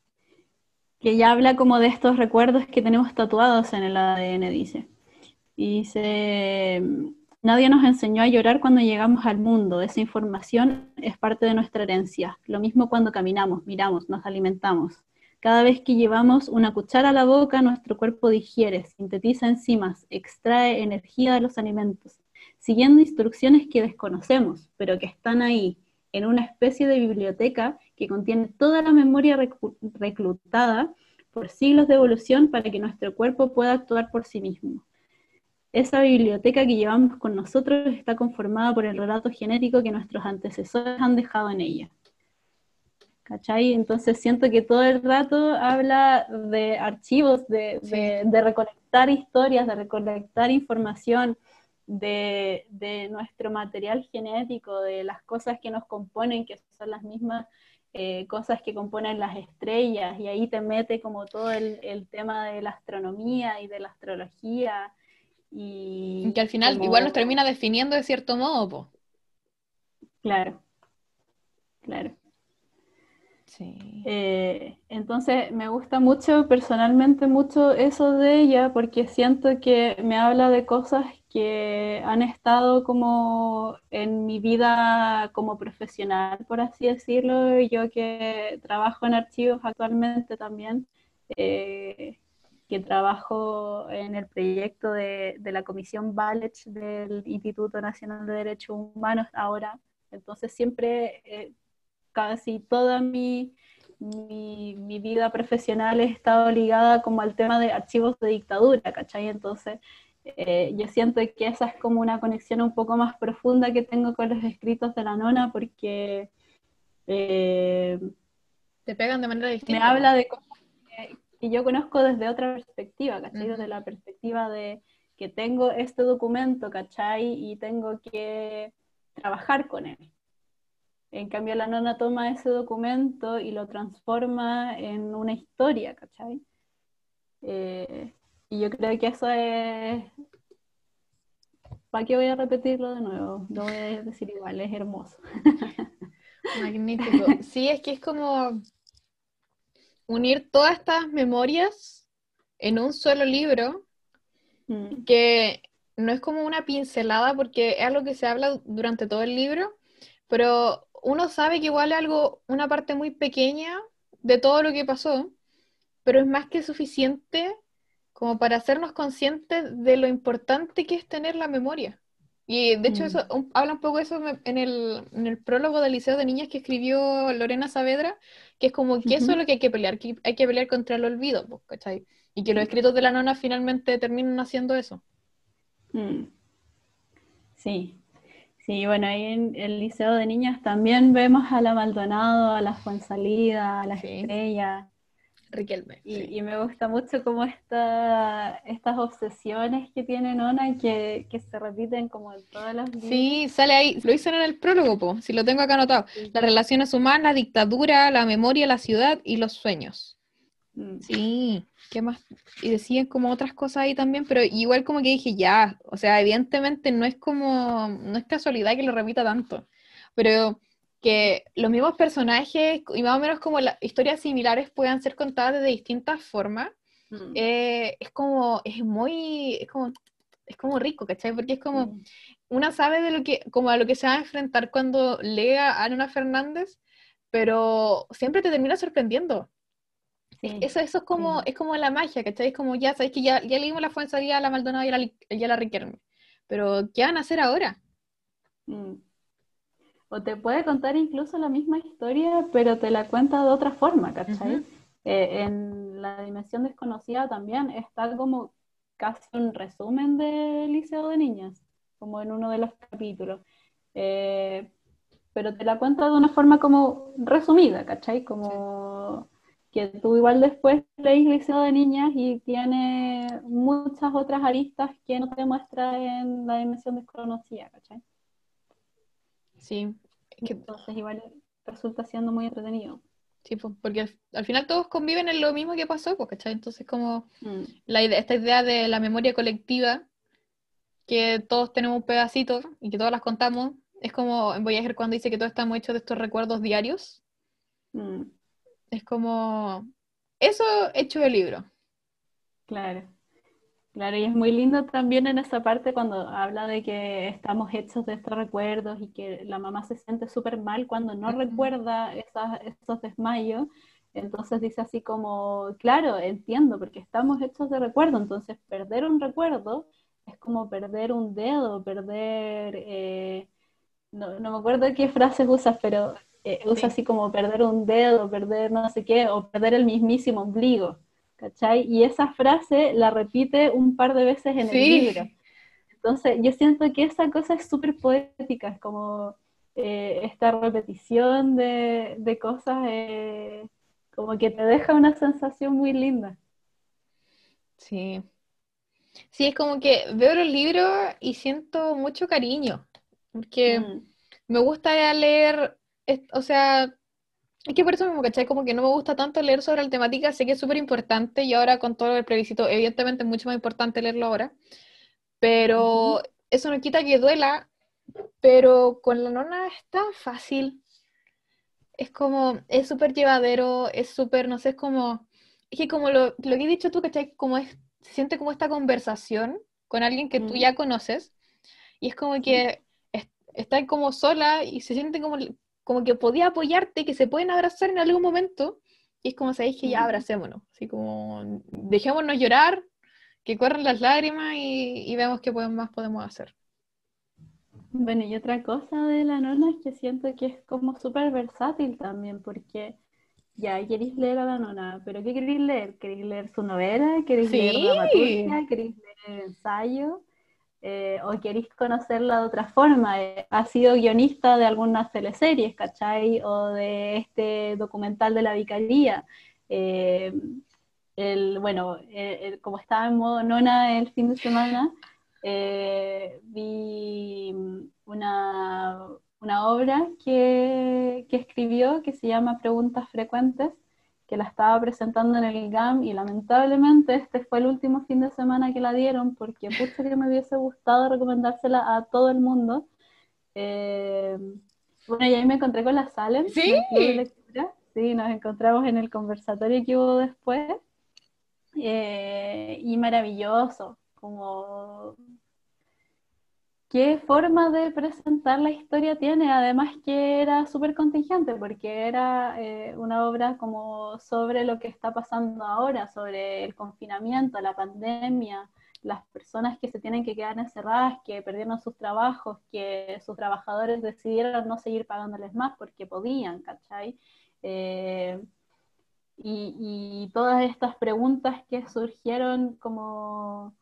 que ya habla como de estos recuerdos que tenemos tatuados en el A D N, dice. Y dice, nadie nos enseñó a llorar cuando llegamos al mundo, esa información es parte de nuestra herencia. Lo mismo cuando caminamos, miramos, nos alimentamos. Cada vez que llevamos una cuchara a la boca, nuestro cuerpo digiere, sintetiza enzimas, extrae energía de los alimentos, siguiendo instrucciones que desconocemos, pero que están ahí, en una especie de biblioteca que contiene toda la memoria reclutada por siglos de evolución para que nuestro cuerpo pueda actuar por sí mismo. Esa biblioteca que llevamos con nosotros está conformada por el relato genético que nuestros antecesores han dejado en ella. ¿Cachai? Entonces siento que todo el rato habla de archivos, de, Sí. de, de recolectar historias, de recolectar información, de, de nuestro material genético, de las cosas que nos componen, que son las mismas eh, cosas que componen las estrellas, y ahí te mete como todo el, el tema de la astronomía y de la astrología. Y Que al final como, igual nos termina definiendo de cierto modo, po. claro, claro. Sí. Eh, entonces me gusta mucho, personalmente mucho eso de ella, porque siento que me habla de cosas que han estado como en mi vida como profesional, por así decirlo, y yo que trabajo en archivos actualmente también, eh, que trabajo en el proyecto de, de la Comisión Valech del Instituto Nacional de Derechos Humanos ahora. Entonces siempre, eh, casi toda mi, mi, mi vida profesional he estado ligada como al tema de archivos de dictadura, ¿cachai? Entonces eh, yo siento que esa es como una conexión un poco más profunda que tengo con los escritos de la nona, porque eh, Te pegan de manera me distinta, po. habla de cosas que, que yo conozco desde otra perspectiva, ¿cachai? Ujú. Desde la perspectiva de que tengo este documento, ¿cachai? Y tengo que trabajar con él. En cambio, la nona toma ese documento y lo transforma en una historia, ¿cachai? Eh, y yo creo que eso es... ¿Para qué voy a repetirlo de nuevo? Lo voy a decir igual, es hermoso. Magnífico. Sí, es que es como unir todas estas memorias en un solo libro, Mm, que no es como una pincelada porque es algo que se habla durante todo el libro, pero uno sabe que igual es algo, una parte muy pequeña de todo lo que pasó, pero es más que suficiente como para hacernos conscientes de lo importante que es tener la memoria. Y de hecho mm, eso un- habla un poco de eso me- en el, en el prólogo del Liceo de Niñas que escribió Lorena Saavedra, que es como que eso es ujú, lo que hay que pelear, que hay que pelear contra el olvido, pues, ¿cachai? Y que los sí, escritos de la nona finalmente terminan haciendo eso. mm, sí. Sí, bueno, ahí en el Liceo de Niñas también vemos a la Maldonado, a la Fuensalida, a la Sí, Estrella, Riquelme, sí. y, y me gusta mucho como esta, estas obsesiones que tiene Nona que, que se repiten como en todos los libros. Sí, sale ahí, lo dicen en el prólogo, po, si lo tengo acá anotado. Sí. Las relaciones humanas, la dictadura, la memoria, la ciudad y los sueños. Mm, Sí, ¿qué más? Y decían como otras cosas ahí también, pero igual como que dije, ya, o sea, evidentemente no es como, no es casualidad que lo repita tanto, pero que los mismos personajes y más o menos como las historias similares puedan ser contadas de distintas formas, mm, eh, es como, es muy, es como, es como rico, ¿cachai? Porque es como, sí, una sabe de lo que, como a lo que se va a enfrentar cuando lea a Ana Fernández, pero siempre te termina sorprendiendo. Es- sí, Eso, eso es como, sí. es como la magia, ¿cachai? Es como ya, sabéis que ya, ya leímos la Fuenzalía, la Maldonado y a la, Li- y a la Riquelme. Pero, ¿qué van a hacer ahora? Mm. O te puede contar incluso la misma historia, pero te la cuenta de otra forma, Ujú. ¿cachai? Eh, en La Dimensión Desconocida también está como casi un resumen del Liceo de Niñas, como en uno de los capítulos. Eh, pero te la cuenta de una forma como resumida, ¿cachai? Sí. Como que tú igual después leís Liceo de Niñas y tiene muchas otras aristas que no te muestra en La Dimensión Desconocida, ¿cachai? Sí, es que, Entonces igual resulta siendo muy entretenido. sí, pues, porque al, al final todos conviven en lo mismo que pasó, pues, ¿cachai? Entonces como Mm, la idea, esta idea de la memoria colectiva, que todos tenemos un pedacito y que todas las contamos, es como en Voyager cuando dice que todos estamos hechos de estos recuerdos diarios, mm, es como eso hecho de libro. claro. Claro, y es muy lindo también en esa parte cuando habla de que estamos hechos de estos recuerdos y que la mamá se siente súper mal cuando no Ujú. recuerda esas, esos desmayos. Entonces dice así como, claro, entiendo, porque estamos hechos de recuerdo, entonces perder un recuerdo es como perder un dedo, perder, eh, no, no me acuerdo qué frases usas, pero eh, usa Sí, así como perder un dedo, perder no sé qué, o perder el mismísimo ombligo, ¿cachai? Y esa frase la repite un par de veces en el libro. sí, Entonces, yo siento que esa cosa es súper poética, es como eh, esta repetición de, de cosas, eh, como que te deja una sensación muy linda. sí. Sí, es como que veo los libros y siento mucho cariño, porque Mm, me gusta leer, es- o sea, es que por eso mismo, ¿cachai? Como que no me gusta tanto leer sobre la temática, sé que es súper importante y ahora con todo el plebiscito, evidentemente es mucho más importante leerlo ahora, ujú, pero eso no quita que duela, pero con la nona es tan fácil, es como, es súper llevadero, es súper, no sé, es como, es que como lo, lo que he dicho tú, ¿cachai? Como es, se siente como esta conversación con alguien que tú mm, ya conoces. Y es como sí. que es- está como sola y se siente como, como que podía apoyarte, que se pueden abrazar en algún momento. Y es como, sabéis que ya Mm. abracémonos. Así como, dejémonos llorar, que corran las lágrimas y, y vemos qué podemos- más podemos hacer. Bueno, y otra cosa de la nona es que siento que es como súper versátil también, porque ya queréis leer a la nona, pero ¿qué queréis leer? ¿Queréis leer su novela? ¿Queréis leer Sí, dramaturgia? ¿Queréis leer ensayo? Eh, ¿o queréis conocerla de otra forma? Eh, ha sido guionista de algunas teleseries, ¿cachai? O de este documental de la vicaría. Eh, el, bueno, eh, el- como estaba en modo nona el fin de semana, eh, vi una, una obra que, que escribió que se llama Preguntas Frecuentes, que la estaba presentando en el GAM y lamentablemente este fue el último fin de semana que la dieron porque pucha que me hubiese gustado recomendársela a todo el mundo. Eh, bueno, y ahí me encontré con la Salem sí. del Club de Lectura. Sí, nos encontramos en el conversatorio que hubo después. Eh, y maravilloso, como qué forma de presentar la historia tiene, además que era súper contingente, porque era eh, una obra como sobre lo que está pasando ahora, sobre el confinamiento, la pandemia, las personas que se tienen que quedar encerradas, que perdieron sus trabajos, que sus trabajadores decidieron no seguir pagándoles más porque podían, ¿cachai? Eh, y, y todas estas preguntas que surgieron como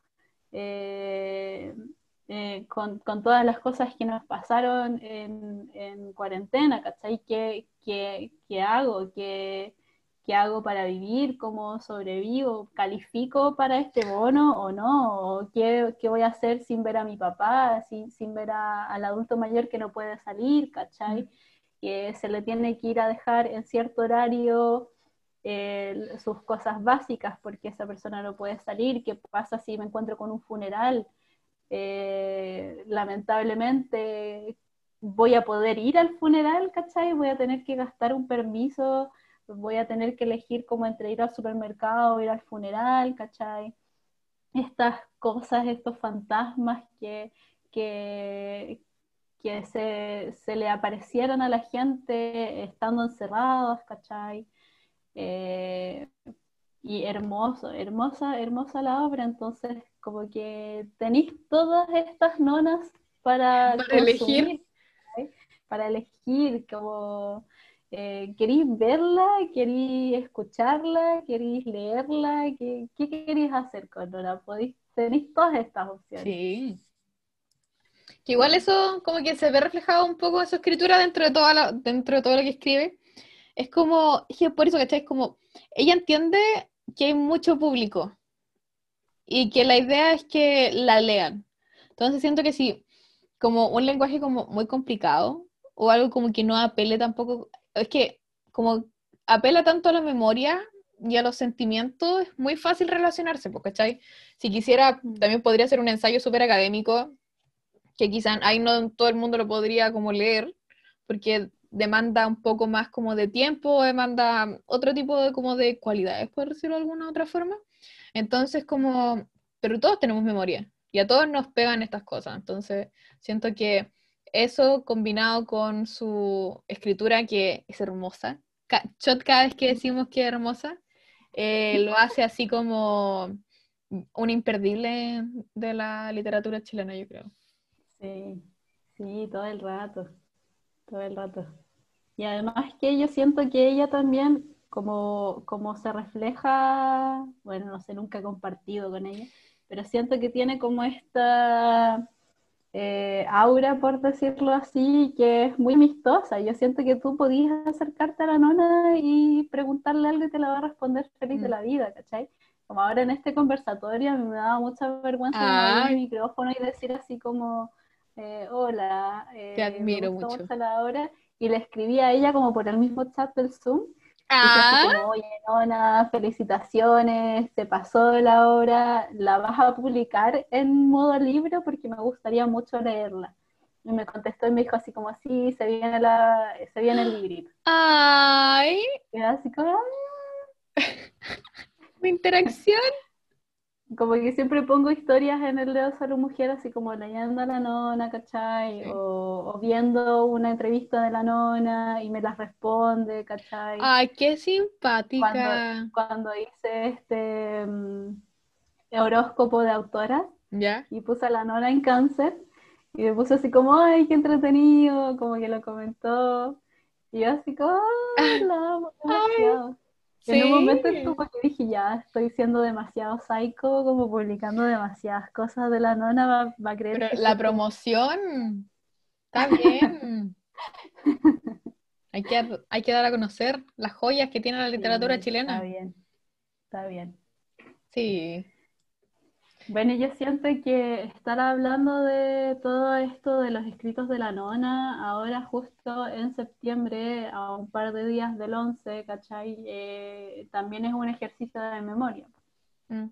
eh, eh, con, con, todas las cosas que nos pasaron en, en cuarentena, ¿cachai? ¿Qué, qué, qué hago? ¿Qué, ¿Qué hago para vivir? ¿Cómo sobrevivo? ¿Califico para este bono o no? ¿O qué, qué voy a hacer sin ver a mi papá, sin, sin ver a, al adulto mayor que no puede salir, ¿cachai? Que se le tiene que ir a dejar en cierto horario eh, sus cosas básicas porque esa persona no puede salir. ¿Qué pasa si me encuentro con un funeral? Eh, lamentablemente voy a poder ir al funeral, ¿cachai? Voy a tener que gastar un permiso, voy a tener que elegir como entre ir al supermercado o ir al funeral, ¿cachai? Estas cosas, estos fantasmas que, que, que se, se le aparecieron a la gente estando encerrados, ¿cachai? Eh, y hermoso, hermosa, hermosa la obra, entonces como que tenéis todas estas nonas para Para elegir. consumir, ¿sí? Para elegir, como eh, queréis verla, queréis escucharla, queréis leerla, ¿qué, qué queréis hacer con Nona? Podéis, tenéis todas estas opciones. Sí. Que igual Sí. eso como que se ve reflejado un poco en su escritura dentro de toda la- dentro de todo lo que escribe. Es como, es que por eso, ¿cachai? Es como, ella entiende que hay mucho público y que la idea es que la lean. Entonces siento que sí, como un lenguaje como muy complicado o algo como que no apele tampoco, es que como apela tanto a la memoria y a los sentimientos, es muy fácil relacionarse, pues, ¿cachai? Si quisiera, Mm. también podría ser un ensayo súper académico, que quizás ahí no todo el mundo lo podría como leer, porque demanda un poco más como de tiempo, demanda otro tipo de como de cualidades, por decirlo de alguna otra forma. Entonces como, pero todos tenemos memoria y a todos nos pegan estas cosas. Entonces siento que eso combinado con su escritura que es hermosa, ca- shot cada vez que decimos que es hermosa, eh, lo hace así como un imperdible de la literatura chilena, yo creo. Sí, sí, todo el rato, todo el rato. Y además que yo siento que ella también, como, como se refleja, bueno, no sé, nunca he compartido con ella, pero siento que tiene como esta eh, aura, por decirlo así, que es muy amistosa. Yo siento que tú podías acercarte a la nona y preguntarle algo y te la va a responder feliz de Mm. la vida, ¿cachai? Como ahora en este conversatorio a mí me daba mucha vergüenza abrir Ah, mi micrófono y decir así como, eh, hola, te eh, me admiro gustó mucho. mucho la obra, y le escribí a ella como por el mismo chat del Zoom. Puse así Ah, como, oye, nona, felicitaciones, se pasó de la obra, la vas a publicar en modo libro porque me gustaría mucho leerla. Y me contestó y me dijo así como, sí, se viene, la, se viene el librito. ay, Y era así como, mi interacción. como que siempre pongo historias en el dedo Solo Mujer, así como leyendo a la nona, ¿cachai? Sí. O, o viendo una entrevista de la nona y me las responde, ¿cachai? Ay, qué Cuando, simpática. cuando hice este mm, horóscopo de autora ¿Ya? y puse a la nona en cáncer y me puso así como, ay, qué entretenido, como que lo comentó. Y yo así como, "Ah, la amo Ay, demasiado". Y en un momento sí. como que dije, ya, estoy siendo demasiado psycho, como publicando demasiadas cosas de la nona, va, va a creer Pero que la soy como... promoción está bien. Hay que, hay que dar a conocer las joyas que tiene la literatura Sí, está chilena. bien, está bien. Sí. Bueno, yo siento que estar hablando de todo esto de los escritos de la nona, ahora justo en septiembre, a un par de días del once, ¿cachai? Eh, también es un ejercicio de memoria. Mm,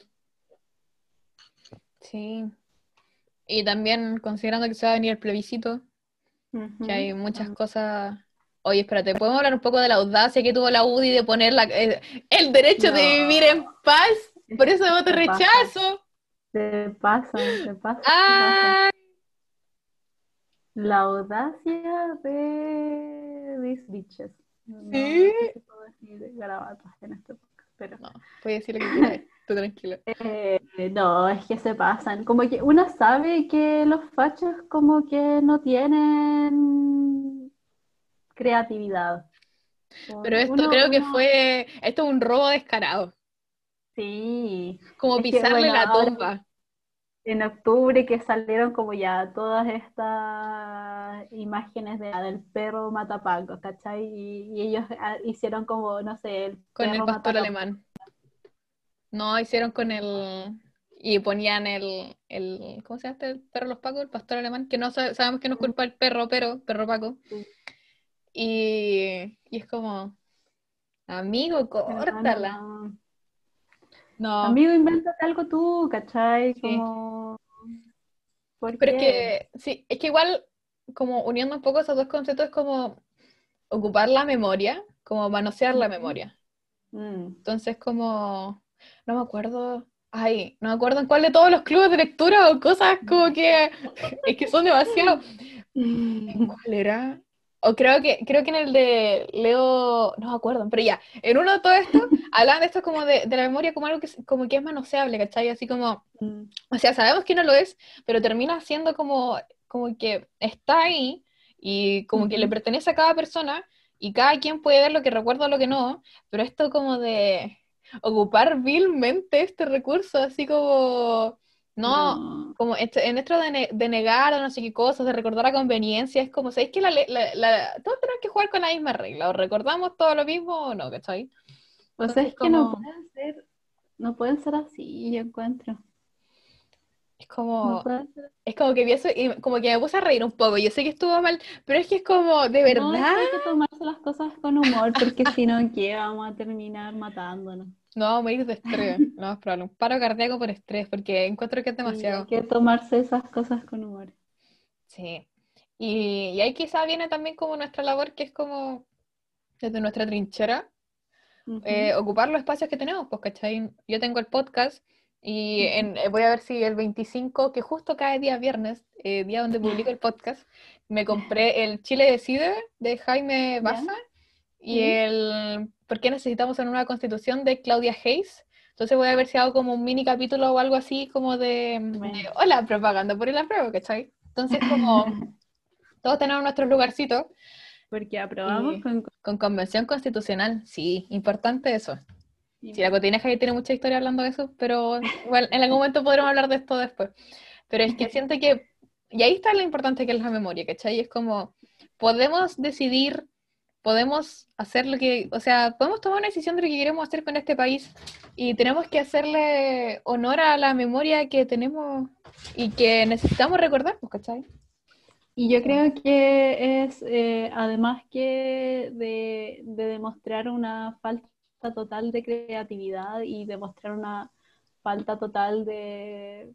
sí. Y también considerando que se va a venir el plebiscito, que Ujú. hay muchas Tam- cosas. Oye, espérate, ¿podemos hablar un poco de la audacia que tuvo la U D I de poner la- eh, el derecho de No, vivir en paz? Por eso voto se pasan, rechazo. se pasan, se pasan, se pasan. ¡Ah! La audacia de these bitches. No, Sí. no sé si puedo decir garabatos en este podcast, pero... No, puedes decir lo que quieras, tú tranquilo. Eh, no, es que se pasan. Como que uno sabe que los fachos como que no tienen creatividad. Pero Uno, esto uno, creo que uno- fue, esto es un robo descarado, sí. como Es que pisarle bueno, la ahora tumba. en octubre que salieron como ya todas estas imágenes de, del perro matapaco, ¿cachai? Y, y ellos ah, hicieron como, no sé, el Con el perro pastor matacapucha. alemán. No, hicieron con el... Y ponían el, el... ¿Cómo se llama este el perro de los pacos? El pastor alemán, que no sa- sabemos que no es culpa del perro, pero perro paco. Y, y es como, amigo, Hermano, córtala. no. No, Amigo, invéntate algo tú, ¿cachai? sí. Como, ¿por Pero es qué? que, sí, es que igual, como uniendo un poco esos dos conceptos, es como ocupar la memoria, como manosear la Ujú. memoria. Mm. Entonces, como, no me acuerdo, ay, no me acuerdo en cuál de todos los clubes de lectura o cosas como que, es que son demasiado. ¿En cuál era? O creo que, creo que en el de Leo, no me acuerdo, pero ya, en uno de todo esto, hablaban de esto como de, de la memoria como algo que, es- como que es manoseable, ¿cachai? Así como, Mm. o sea, sabemos que no lo es, pero termina siendo como, como que está ahí y como que le Ujú. pertenece a cada persona y cada quien puede ver lo que recuerda o lo que no, pero esto como de ocupar vilmente este recurso, así como, no, No. como este- en esto de, ne- de negar o no sé qué cosas, de recordar a conveniencia, es como, ¿sabéis que la, le- la, la- todos tenemos que jugar con la misma regla? ¿O recordamos todo lo mismo o no? ¿Cachai? O sea, Entonces es que no como... pueden ser, no pueden ser así, yo encuentro. Es No como, puede ser. es como que vi eso y como que me puse a reír un poco. Yo sé que estuvo mal, pero es que es como, ¿de No, es verdad? que hay que tomarse las cosas con humor, porque si no, ¿qué? Vamos a terminar matándonos. No, vamos a morir de estrés. No, es probable. Un paro cardíaco por estrés, porque encuentro que es Sí, hay demasiado. que tomarse esas cosas con humor. Sí. Y, y ahí quizá viene también como nuestra labor, que es como desde nuestra trinchera, Ujú, eh, ocupar los espacios que tenemos, pues, ¿cachai? Yo tengo el podcast y ujú. en- eh, voy a ver si el veinticinco, que justo cae día viernes, eh, día donde publico el podcast, me compré el Chile Decide de Jaime ¿Ya? Baza y Sí. el ¿Por qué necesitamos una nueva constitución de Claudia Hayes? Entonces voy a ver si hago como un mini capítulo o algo así como de, de Bueno. hola, propaganda por el apruebo, ¿cachai? Entonces como todos tenemos nuestros lugarcitos Porque aprobamos y con... con convención constitucional, sí, importante eso. Sí, la Importante. Cotineja ya tiene mucha historia hablando de eso, pero bueno, en algún momento podremos hablar de esto después. Pero es que siento que, y ahí está lo importante que es la memoria, ¿cachai? Es como, podemos decidir, podemos hacer lo que, o sea, podemos tomar una decisión de lo que queremos hacer con este país y tenemos que hacerle honor a la memoria que tenemos y que necesitamos recordar, pues, ¿cachai? Y yo creo que es, eh, además que de, de demostrar una falta total de creatividad y demostrar una falta total de,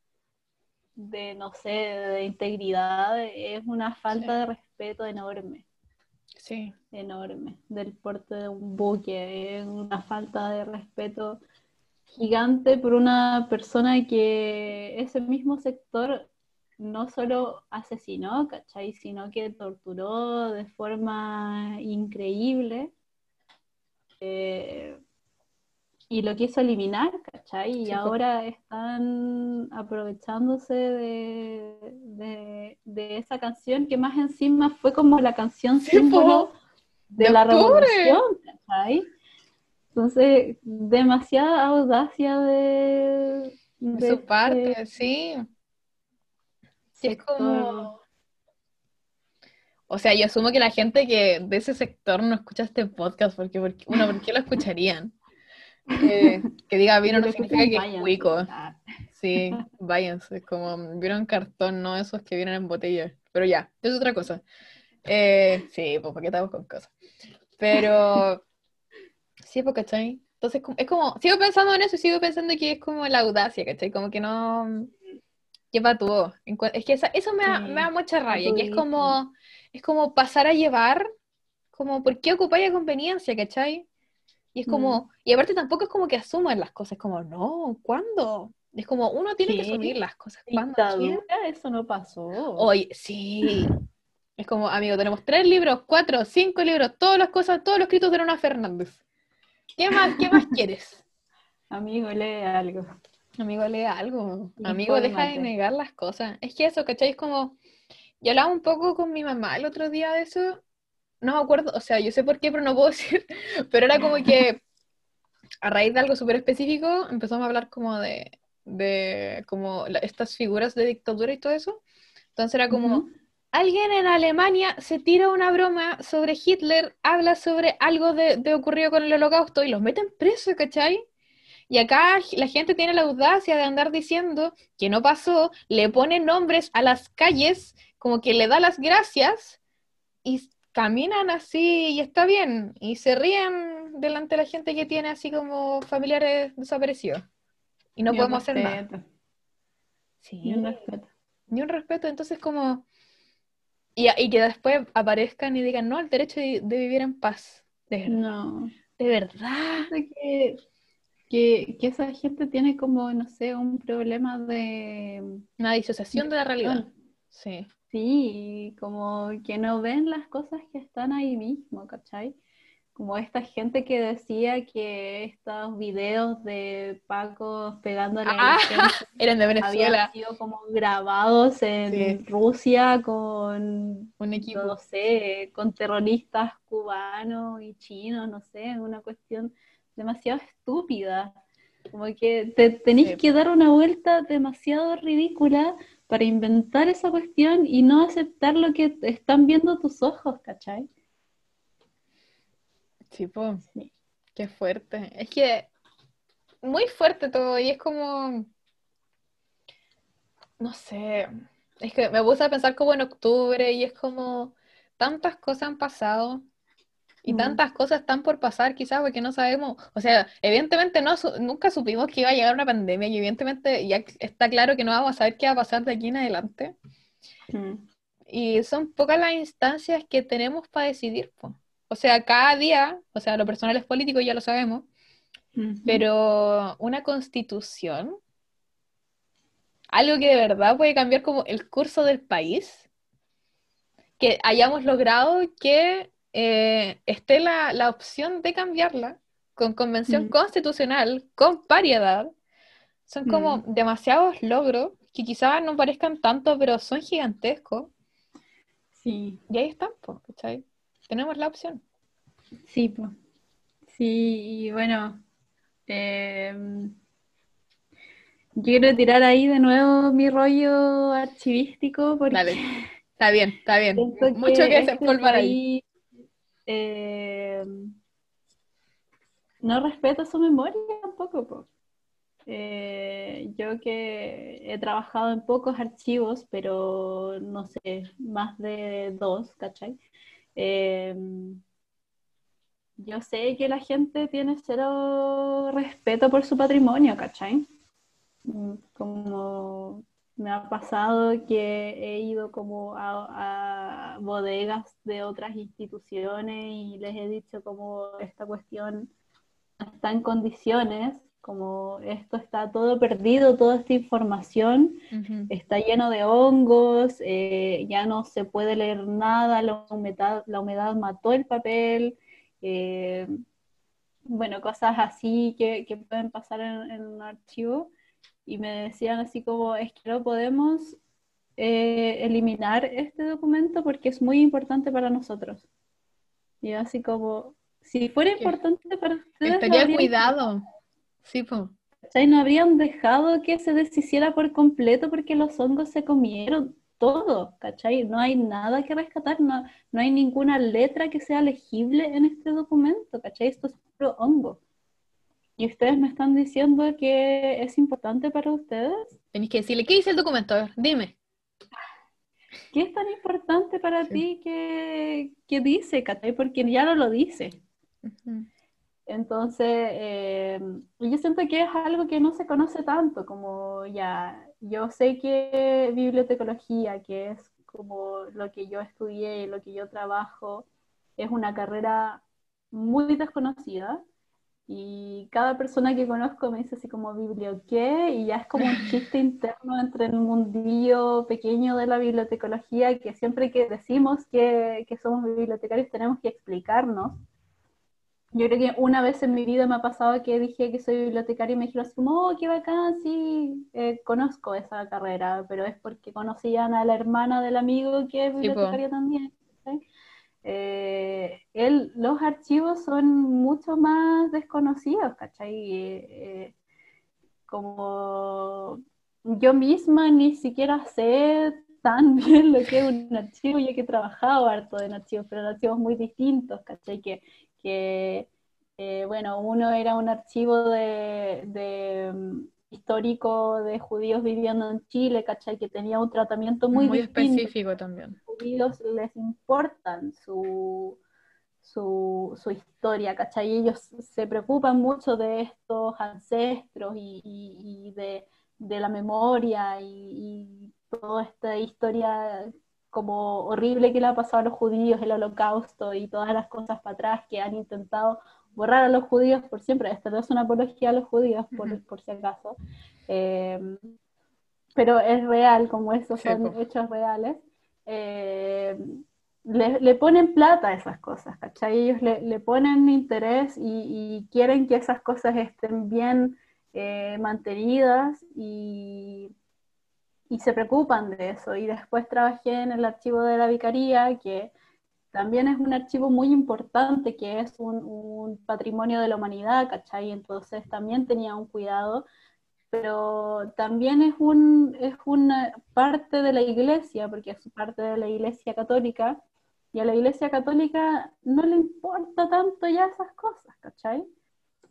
de, no sé, de integridad, es una Sí, falta de respeto enorme, sí, enorme, del porte de un buque, es una falta de respeto gigante por una persona que ese mismo sector no solo asesinó, ¿cachai? Sino que torturó de forma increíble eh, y lo quiso eliminar, ¿cachai? Y sí, pues. ahora están aprovechándose de, de, de esa canción que más encima fue como la canción Sí, pues, símbolo de de la revolución, octubre. ¿cachai? Entonces, demasiada audacia de, De de su este parte, sí. Sí, es como, sector. o sea, yo asumo que la gente que de ese sector no escucha este podcast, porque, porque uno, ¿por qué lo escucharían? Eh, que diga Y vino si no lo significa escuchan, que es váyanse cuico. igual. Ah. Sí, váyanse, es como vieron cartón, no esos que vienen en botella. Pero ya, es otra cosa. Eh, sí, pues, ¿para qué estamos con cosas? Pero, sí, pues, ¿cachai? Entonces, como- es como, sigo pensando en eso y sigo pensando que es como la audacia, ¿cachai? Como que no, que patúo. Encu- Es que esa- eso me da, me da Sí, mucha rabia, que es patudísimo. como, es como pasar a llevar, como, ¿por qué ocupáis a conveniencia, ¿cachai? Y es Mm. como, y aparte tampoco es como que asuman las cosas, como, no, ¿cuándo? Es como, uno tiene que ¿Qué? asumir las cosas, ¿cuándo? ¿Quién? Dictadura, eso no pasó. Hoy, sí. Es como, amigo, tenemos tres libros, cuatro, cinco libros, todas las cosas, todos los escritos de Luna Fernández. ¿Qué más, qué más quieres? Amigo, lee algo. Amigo, lee algo. Amigo, deja de Infórmate. negar las cosas. Es que eso, ¿cachai? Es como, yo hablaba un poco con mi mamá el otro día de eso. No me acuerdo, o sea, yo sé por qué, pero no puedo decir. Pero era como que a raíz de algo súper específico empezamos a hablar como de, de como la- estas figuras de dictadura y todo eso. Entonces era como, Ujú. alguien en Alemania se tira una broma sobre Hitler, habla sobre algo de, de ocurrido con el holocausto y los meten presos, ¿cachai? Y acá la gente tiene la audacia de andar diciendo que no pasó, le pone nombres a las calles, como que le da las gracias y caminan así y está bien. Y se ríen delante de la gente que tiene así como familiares desaparecidos. Y no Ni un podemos hacer nada. respeto. Ni Sí, un respeto. ni un respeto. Entonces como... Y, y que después aparezcan y digan, no, el derecho de, de vivir en paz. De verdad. No. De verdad. Siento que, que, que esa gente tiene como, no sé, un problema de, Una disociación de de la realidad. visión. Sí. Sí, como que no ven las cosas que están ahí mismo, ¿cachai? Como esta gente que decía que estos videos de Paco pegándole a la Ah, gente eran de habían Venezuela. sido como grabados Sí, en Rusia con, un no equipo. sé, con terroristas cubanos y chinos, no sé, una cuestión demasiado estúpida. Como que te tenéis Sí, que dar una vuelta demasiado ridícula para inventar esa cuestión y no aceptar lo que están viendo tus ojos, ¿cachai? sí, po, Sí. qué fuerte. Es que muy fuerte todo y es como, no sé, es que me puse a pensar como en octubre y es como tantas cosas han pasado y Mm, tantas cosas están por pasar quizás porque no sabemos, o sea, evidentemente no, su- nunca supimos que iba a llegar una pandemia y evidentemente ya está claro que no vamos a saber qué va a pasar de aquí en adelante mm, y son pocas las instancias que tenemos para decidir, po. O sea, cada día, o sea, lo personal es político, ya lo sabemos, ujú, pero una constitución, algo que de verdad puede cambiar como el curso del país, que hayamos logrado que eh, esté la, la opción de cambiarla con convención mm, constitucional, con paridad, son como mm. demasiados logros que quizás no parezcan tanto, pero son gigantescos. Sí, Y ahí están, pues, ¿cachai? Tenemos la opción. sí, pues. Sí, y bueno, em, quiero tirar ahí de nuevo mi rollo archivístico porque Dale, está bien, está bien. siento Mucho que que este desempolvar ahí. país em, no respeta su memoria tampoco, po. Eh, yo que he trabajado en pocos archivos, pero no sé, más de dos, ¿cachai? Em, yo sé que la gente tiene cero respeto por su patrimonio, ¿cachai? Mm, Como me ha pasado que he ido como a, a bodegas de otras instituciones y les he dicho como esta cuestión no está en condiciones, como esto está todo perdido, toda esta información Ujú. está lleno de hongos, eh, ya no se puede leer nada, la humedad, la humedad mató el papel, eh, bueno, cosas así que, que pueden pasar en, en un archivo y me decían así como, es que no podemos eh, eliminar este documento porque es muy importante para nosotros. Y yo así como, si fuera Que importante para ustedes, lo estaría habrían cuidado. Sí, pues. ¿cachai? No habrían dejado que se deshiciera por completo porque los hongos se comieron todo, ¿cachai? No hay nada que rescatar, no, no hay ninguna letra que sea legible en este documento, ¿cachai? Esto es puro hongo. Y ustedes me están diciendo que es importante para ustedes. Tenéis que decirle, ¿qué dice el documento? A ver, dime. ¿Qué es tan importante para Sí. ti que, que dice, ¿cachai? Porque ya no lo dice. Ujú. Entonces, eh, yo siento que es algo que no se conoce tanto, como ya, yo sé que bibliotecología, que es como lo que yo estudié y lo que yo trabajo, es una carrera muy desconocida y cada persona que conozco me dice así como biblio qué, y ya es como un chiste interno entre el mundillo pequeño de la bibliotecología que siempre que decimos que, que somos bibliotecarios tenemos que explicarnos. Yo creo que una vez en mi vida me ha pasado que dije que soy bibliotecaria y me dijeron así como, oh, qué bacán, sí, eh, conozco esa carrera, pero es porque conocían a la hermana del amigo que es Sí, pues. bibliotecaria también. ¿Sí? Eh, él, los archivos son mucho más desconocidos, ¿cachai? Eh, eh, como yo misma ni siquiera sé tan bien lo que es un archivo, yo que he trabajado harto en archivos, pero en archivos muy distintos, ¿cachai? Que, que eh, bueno, uno era un archivo de, de um, histórico de judíos viviendo en Chile, ¿cachai? Que tenía un tratamiento muy Muy distinto. específico también. Los judíos les importan su, su, su historia, ¿cachai? Ellos se preocupan mucho de estos ancestros y, y, y de, de, la memoria y, y, toda esta historia como horrible que le ha pasado a los judíos, el holocausto y todas las cosas para atrás que han intentado borrar a los judíos por siempre. Esto no es una apología a los judíos, Ujú. por, por si acaso. Eh, pero es real, como esos Sí, son pues. hechos reales, eh, le, le, ponen plata a esas cosas, ¿cachai? Ellos le, le ponen interés y, y, quieren que esas cosas estén bien eh, mantenidas y, y se preocupan de eso. Y después trabajé en el archivo de la vicaría, que también es un archivo muy importante, que es un, un patrimonio de la humanidad, ¿cachai? Entonces también tenía un cuidado, pero también es, un, es una parte de la iglesia, porque es parte de la iglesia católica, y a la iglesia católica no le importa tanto ya esas cosas, ¿cachai?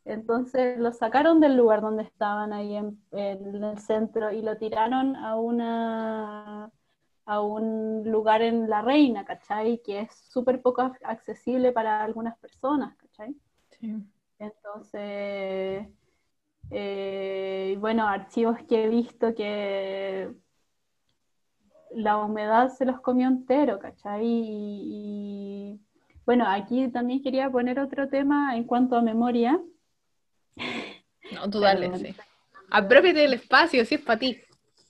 Entonces lo sacaron del lugar donde estaban ahí en, en el centro y lo tiraron a una a un lugar en La Reina, ¿cachai? Que es súper poco accesible para algunas personas, ¿cachai? Sí. Entonces, eh, bueno, archivos que he visto que la humedad se los comió entero, ¿cachai? Y, y, bueno, aquí también quería poner otro tema en cuanto a memoria. No, tú dale, Perdón. sí. Apropiate del espacio, si es para ti.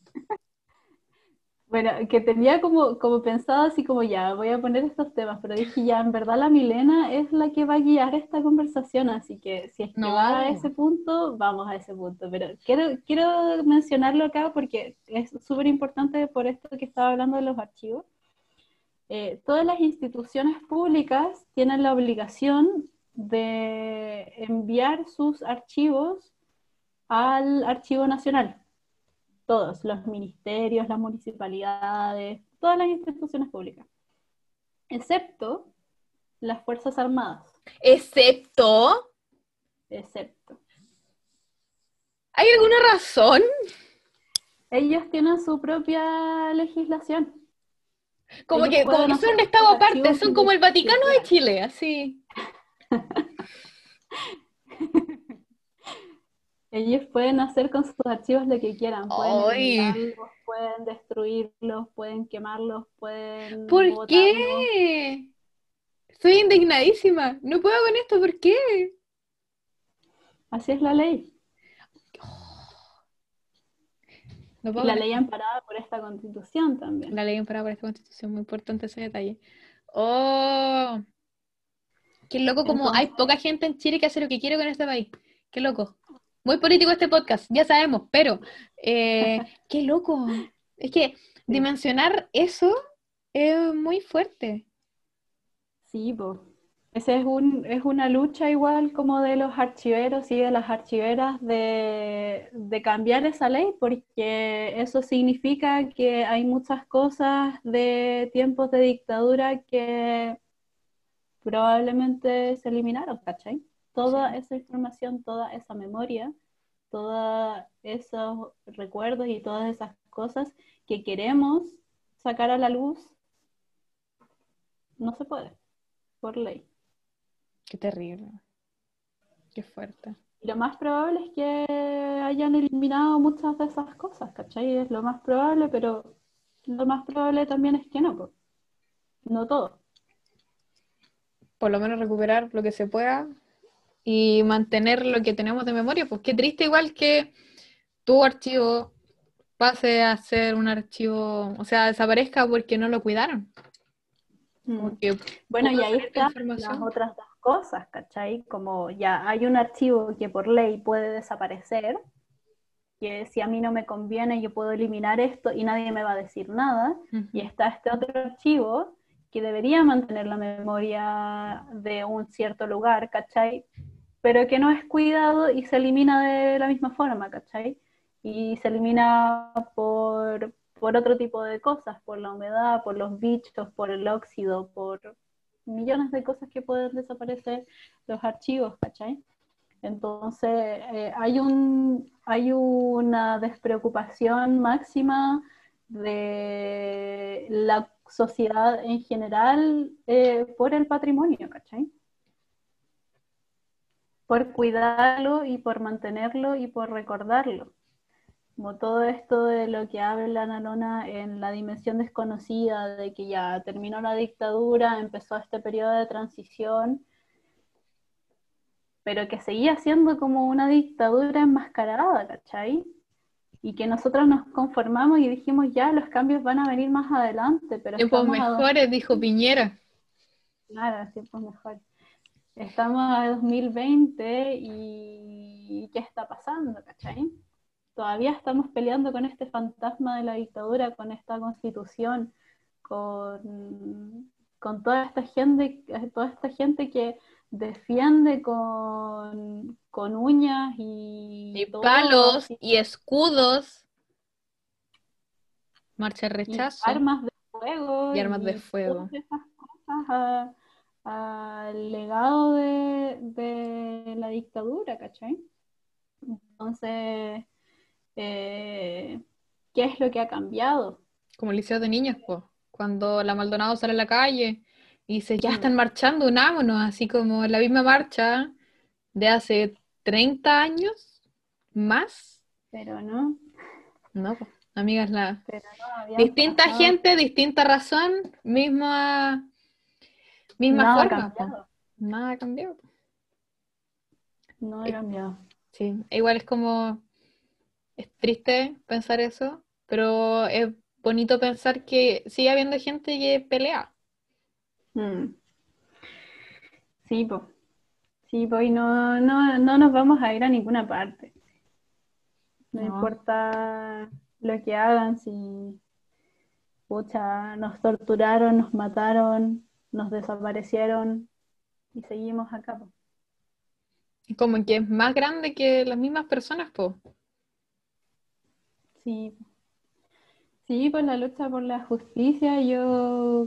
Bueno, que tenía como, como pensado así como ya, voy a poner estos temas, pero dije ya, en verdad la Milena es la que va a guiar esta conversación, así que si es que va a No. ese punto, vamos a ese punto. Pero quiero, quiero mencionarlo acá porque es súper importante por esto que estaba hablando de los archivos. Eh, todas las instituciones públicas tienen la obligación de enviar sus archivos al Archivo Nacional. Todos, los ministerios, las municipalidades, todas las instituciones públicas, excepto las Fuerzas Armadas, Excepto, excepto. ¿hay alguna razón? Ellos tienen su propia legislación. Como Ellos que, como pueden que son hacer un sus estado aparte, archivos son como donde el Vaticano que de quieran. Chile, así. Ellos pueden hacer con sus archivos lo que quieran, pueden Ay, eliminarlos, pueden destruirlos, pueden quemarlos, ¿por pueden botarlos. qué? Estoy indignadísima. No puedo con esto, ¿por qué? Así es la ley. No Y puedo la con ley esto. amparada por esta constitución también. La ley imparada por esta constitución, muy importante ese detalle. Oh, qué loco como hay Entonces, poca gente en Chile que hace lo que quiere con este país. Qué loco. Muy político este podcast, ya sabemos, pero eh, qué loco. Es que sí. dimensionar eso es muy fuerte. Sí, pues. Ese es un, es una lucha igual como de los archiveros y de las archiveras de, de cambiar esa ley, porque eso significa que hay muchas cosas de tiempos de dictadura que probablemente se eliminaron, ¿cachai? Toda Sí. esa información, toda esa memoria, todos esos recuerdos y todas esas cosas que queremos sacar a la luz, no se puede, por ley. Qué terrible, qué fuerte. Y lo más probable es que hayan eliminado muchas de esas cosas, ¿cachai? Es lo más probable, pero lo más probable también es que no, pues, no todo. Por lo menos recuperar lo que se pueda y mantener lo que tenemos de memoria. Pues qué triste igual que tu archivo pase a ser un archivo, o sea, desaparezca porque no lo cuidaron. Mm. Como que Bueno, y pudo ahí salir la están las información. otras dos cosas, ¿cachai? Como ya hay un archivo que por ley puede desaparecer, que si a mí no me conviene yo puedo eliminar esto y nadie me va a decir nada, y Ujú. está este otro archivo que debería mantener la memoria de un cierto lugar, ¿cachai? Pero que no es cuidado y se elimina de la misma forma, ¿cachai? Y se elimina por, por otro tipo de cosas, por la humedad, por los bichos, por el óxido, por millones de cosas que pueden desaparecer los archivos, ¿cachai? Entonces, eh, hay, un, hay una despreocupación máxima de la sociedad en general eh, por el patrimonio, ¿cachai? Por cuidarlo y por mantenerlo y por recordarlo. Como todo esto de lo que habla Nanona en la dimensión desconocida, de que ya terminó la dictadura, empezó este periodo de transición, pero que seguía siendo como una dictadura enmascarada, ¿cachai? Y que nosotros nos conformamos y dijimos, ya, los cambios van a venir más adelante, pero Tiempos estamos a dos, mejores, dijo Piñera. claro, tiempos mejores. Estamos a dos mil veinte y ¿qué está pasando, cachai? Todavía estamos peleando con este fantasma de la dictadura, con esta constitución, con, con toda esta gente, toda esta gente que defiende con, con uñas Y y todo, palos así, y escudos, marcha de y rechazo armas de fuego y armas de y todas fuego. esas cosas al legado de, de la dictadura, ¿cachai? Entonces, eh, ¿qué es lo que ha cambiado? Como liceos de niños, pues. Cuando la Maldonado sale a la calle y dice, ya Mm, están marchando, unámonos, así como la misma marcha de hace treinta años más. pero no, No, pues, amigas, la pero no habían distinta pasado, gente, distinta razón, misma, misma nada ha forma, pues. cambiado, Nada cambió. no ha Es- cambiado. Sí, igual es como, es triste pensar eso, pero es bonito pensar que sigue habiendo gente que pelea. Mm, sí, pues, sí, pues, y no, no, no nos vamos a ir a ninguna parte. No No. importa lo que hagan, si pucha, nos torturaron, nos mataron, nos desaparecieron y seguimos acá, po. Como que es más grande que las mismas personas, pues. Sí, sí, pues la lucha por la justicia, yo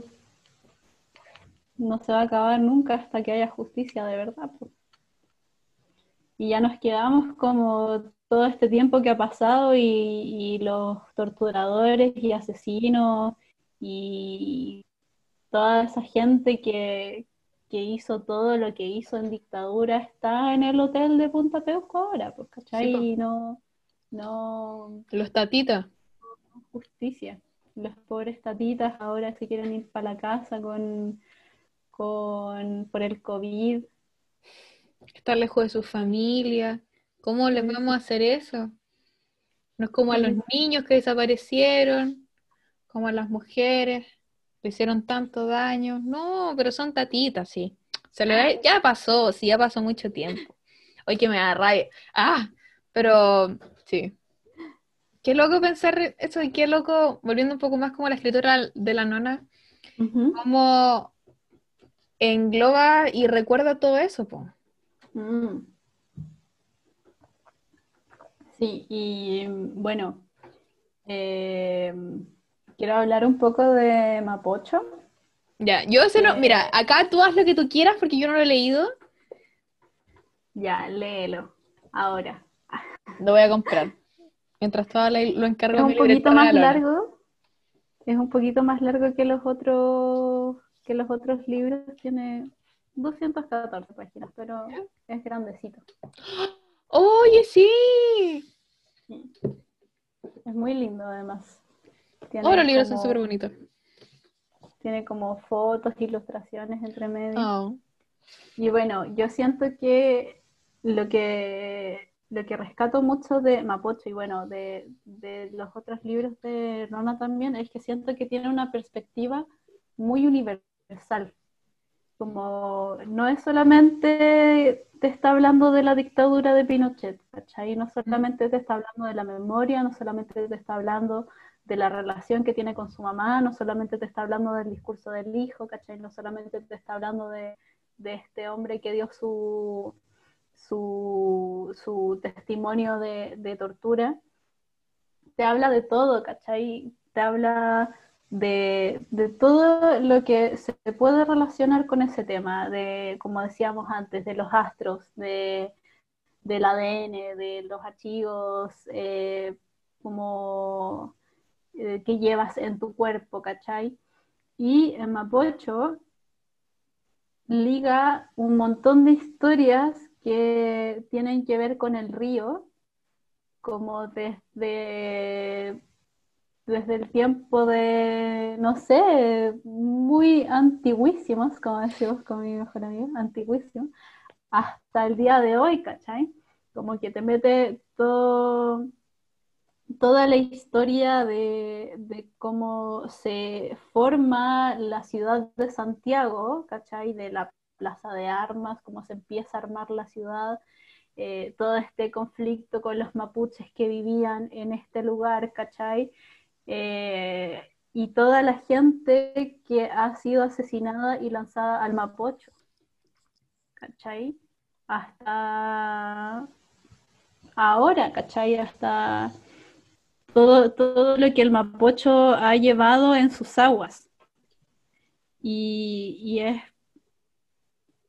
no se va a acabar nunca hasta que haya justicia de verdad, po. Y ya nos quedamos como todo este tiempo que ha pasado y, y los torturadores y asesinos y toda esa gente que, que hizo todo lo que hizo en dictadura está en el hotel de Punta Peuco ahora, pues, Sí, pues. ¿cachai? Y no, no Los tatitas. justicia. Los pobres tatitas ahora se quieren ir para la casa con, con, por el COVID. Estar lejos de su familia. ¿Cómo les Sí, vamos a hacer eso? No es como a los sí, niños que desaparecieron, como a las mujeres, le hicieron tanto daño. No, pero son tatitas, sí. Se le ya pasó, sí, ya pasó mucho tiempo. Hoy que me da rabia. Ah, pero sí. Qué loco pensar eso y qué loco, volviendo un poco más como a la escritura de la nona, ujú. cómo engloba y recuerda todo eso, po. Mm, sí, y bueno, eh, quiero hablar un poco de Mapocho, Ya, yo se lo, mira, que acá tú haz lo que tú quieras porque yo no lo he leído, ya, léelo ahora. lo voy a comprar. Mientras todo lo lo encargo Es en mi un poquito librería de más la lona. largo, es un poquito más largo que los otros, que los otros libros, tiene doscientas catorce páginas, pero es grandecito. ¡Oye, sí! Sí. Es muy lindo además. Oh, los Tiene libros son súper como, bonitos. tiene como fotos, ilustraciones entre medio. Oh. Y bueno, yo siento que lo que, lo que rescato mucho de Mapocho y bueno, de, de los otros libros de Rona también, es que siento que tiene una perspectiva muy universal. Como no es solamente te está hablando de la dictadura de Pinochet, ¿cachai? No Mm. solamente te está hablando de la memoria, no solamente te está hablando de la relación que tiene con su mamá, no solamente te está hablando del discurso del hijo, ¿cachai? No solamente te está hablando de, de este hombre que dio su, su, su testimonio de, de tortura, te habla de todo, ¿cachai? Te habla de, de todo lo que se puede relacionar con ese tema, de, como decíamos antes, de los astros, de, del A D N, de los archivos, eh, como eh, que llevas en tu cuerpo, ¿cachai? Y en Mapocho liga un montón de historias que tienen que ver con el río, como desde desde el tiempo de, no sé, muy antiguísimos, como decimos con mi mejor amigo, antiguísimos, hasta el día de hoy, ¿cachai? Como que te mete todo, toda la historia de, de cómo se forma la ciudad de Santiago, ¿cachai? De la plaza de armas, cómo se empieza a armar la ciudad, eh, todo este conflicto con los mapuches que vivían en este lugar, ¿cachai? Eh, y toda la gente que ha sido asesinada y lanzada al Mapocho, ¿cachai? Hasta ahora, ¿cachai? Hasta todo, todo lo que el Mapocho ha llevado en sus aguas. Y, y es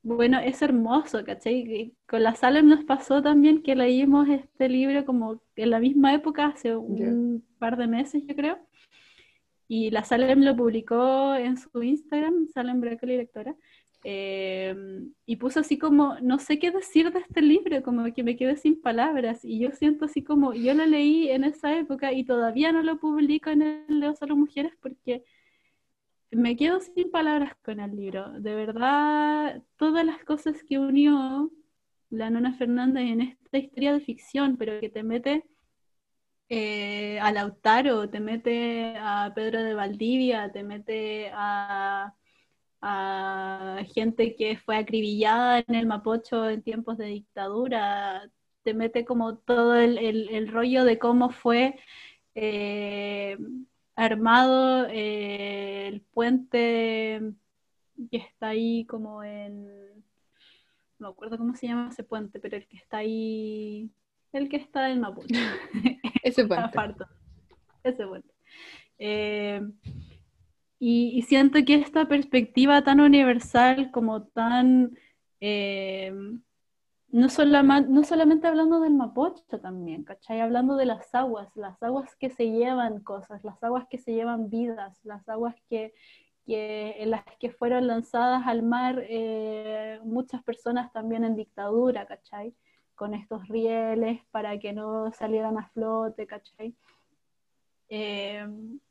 bueno, es hermoso, ¿cachai? Y con la Salem nos pasó también que leímos este libro como en la misma época, hace Ya. un par de meses, yo creo, y la Salem lo publicó en su Instagram, Salem Brócoli Lectora, eh, y puso así como, no sé qué decir de este libro, como que me quedé sin palabras, y yo siento así como, yo lo leí en esa época y todavía no lo publico en el Leo Solo Mujeres porque me quedo sin palabras con el libro. De verdad, todas las cosas que unió la Nona Fernández en esta historia de ficción, pero que te mete eh, a Lautaro, te mete a Pedro de Valdivia, te mete a, a gente que fue acribillada en el Mapocho en tiempos de dictadura, te mete como todo el, el- el rollo de cómo fue eh, armado eh, el puente que está ahí como en, no me acuerdo cómo se llama ese puente, pero el que está ahí, el que está en Mapocho, Ese puente. aparto, ese puente. Eh, y, y siento que esta perspectiva tan universal como tan, eh, no, solama- no solamente hablando del Mapocho también, ¿cachai? Hablando de las aguas, las aguas que se llevan cosas, las aguas que se llevan vidas, las aguas que, que en las que fueron lanzadas al mar eh, muchas personas también en dictadura, ¿cachai? Con estos rieles para que no salieran a flote, ¿cachai? Eh,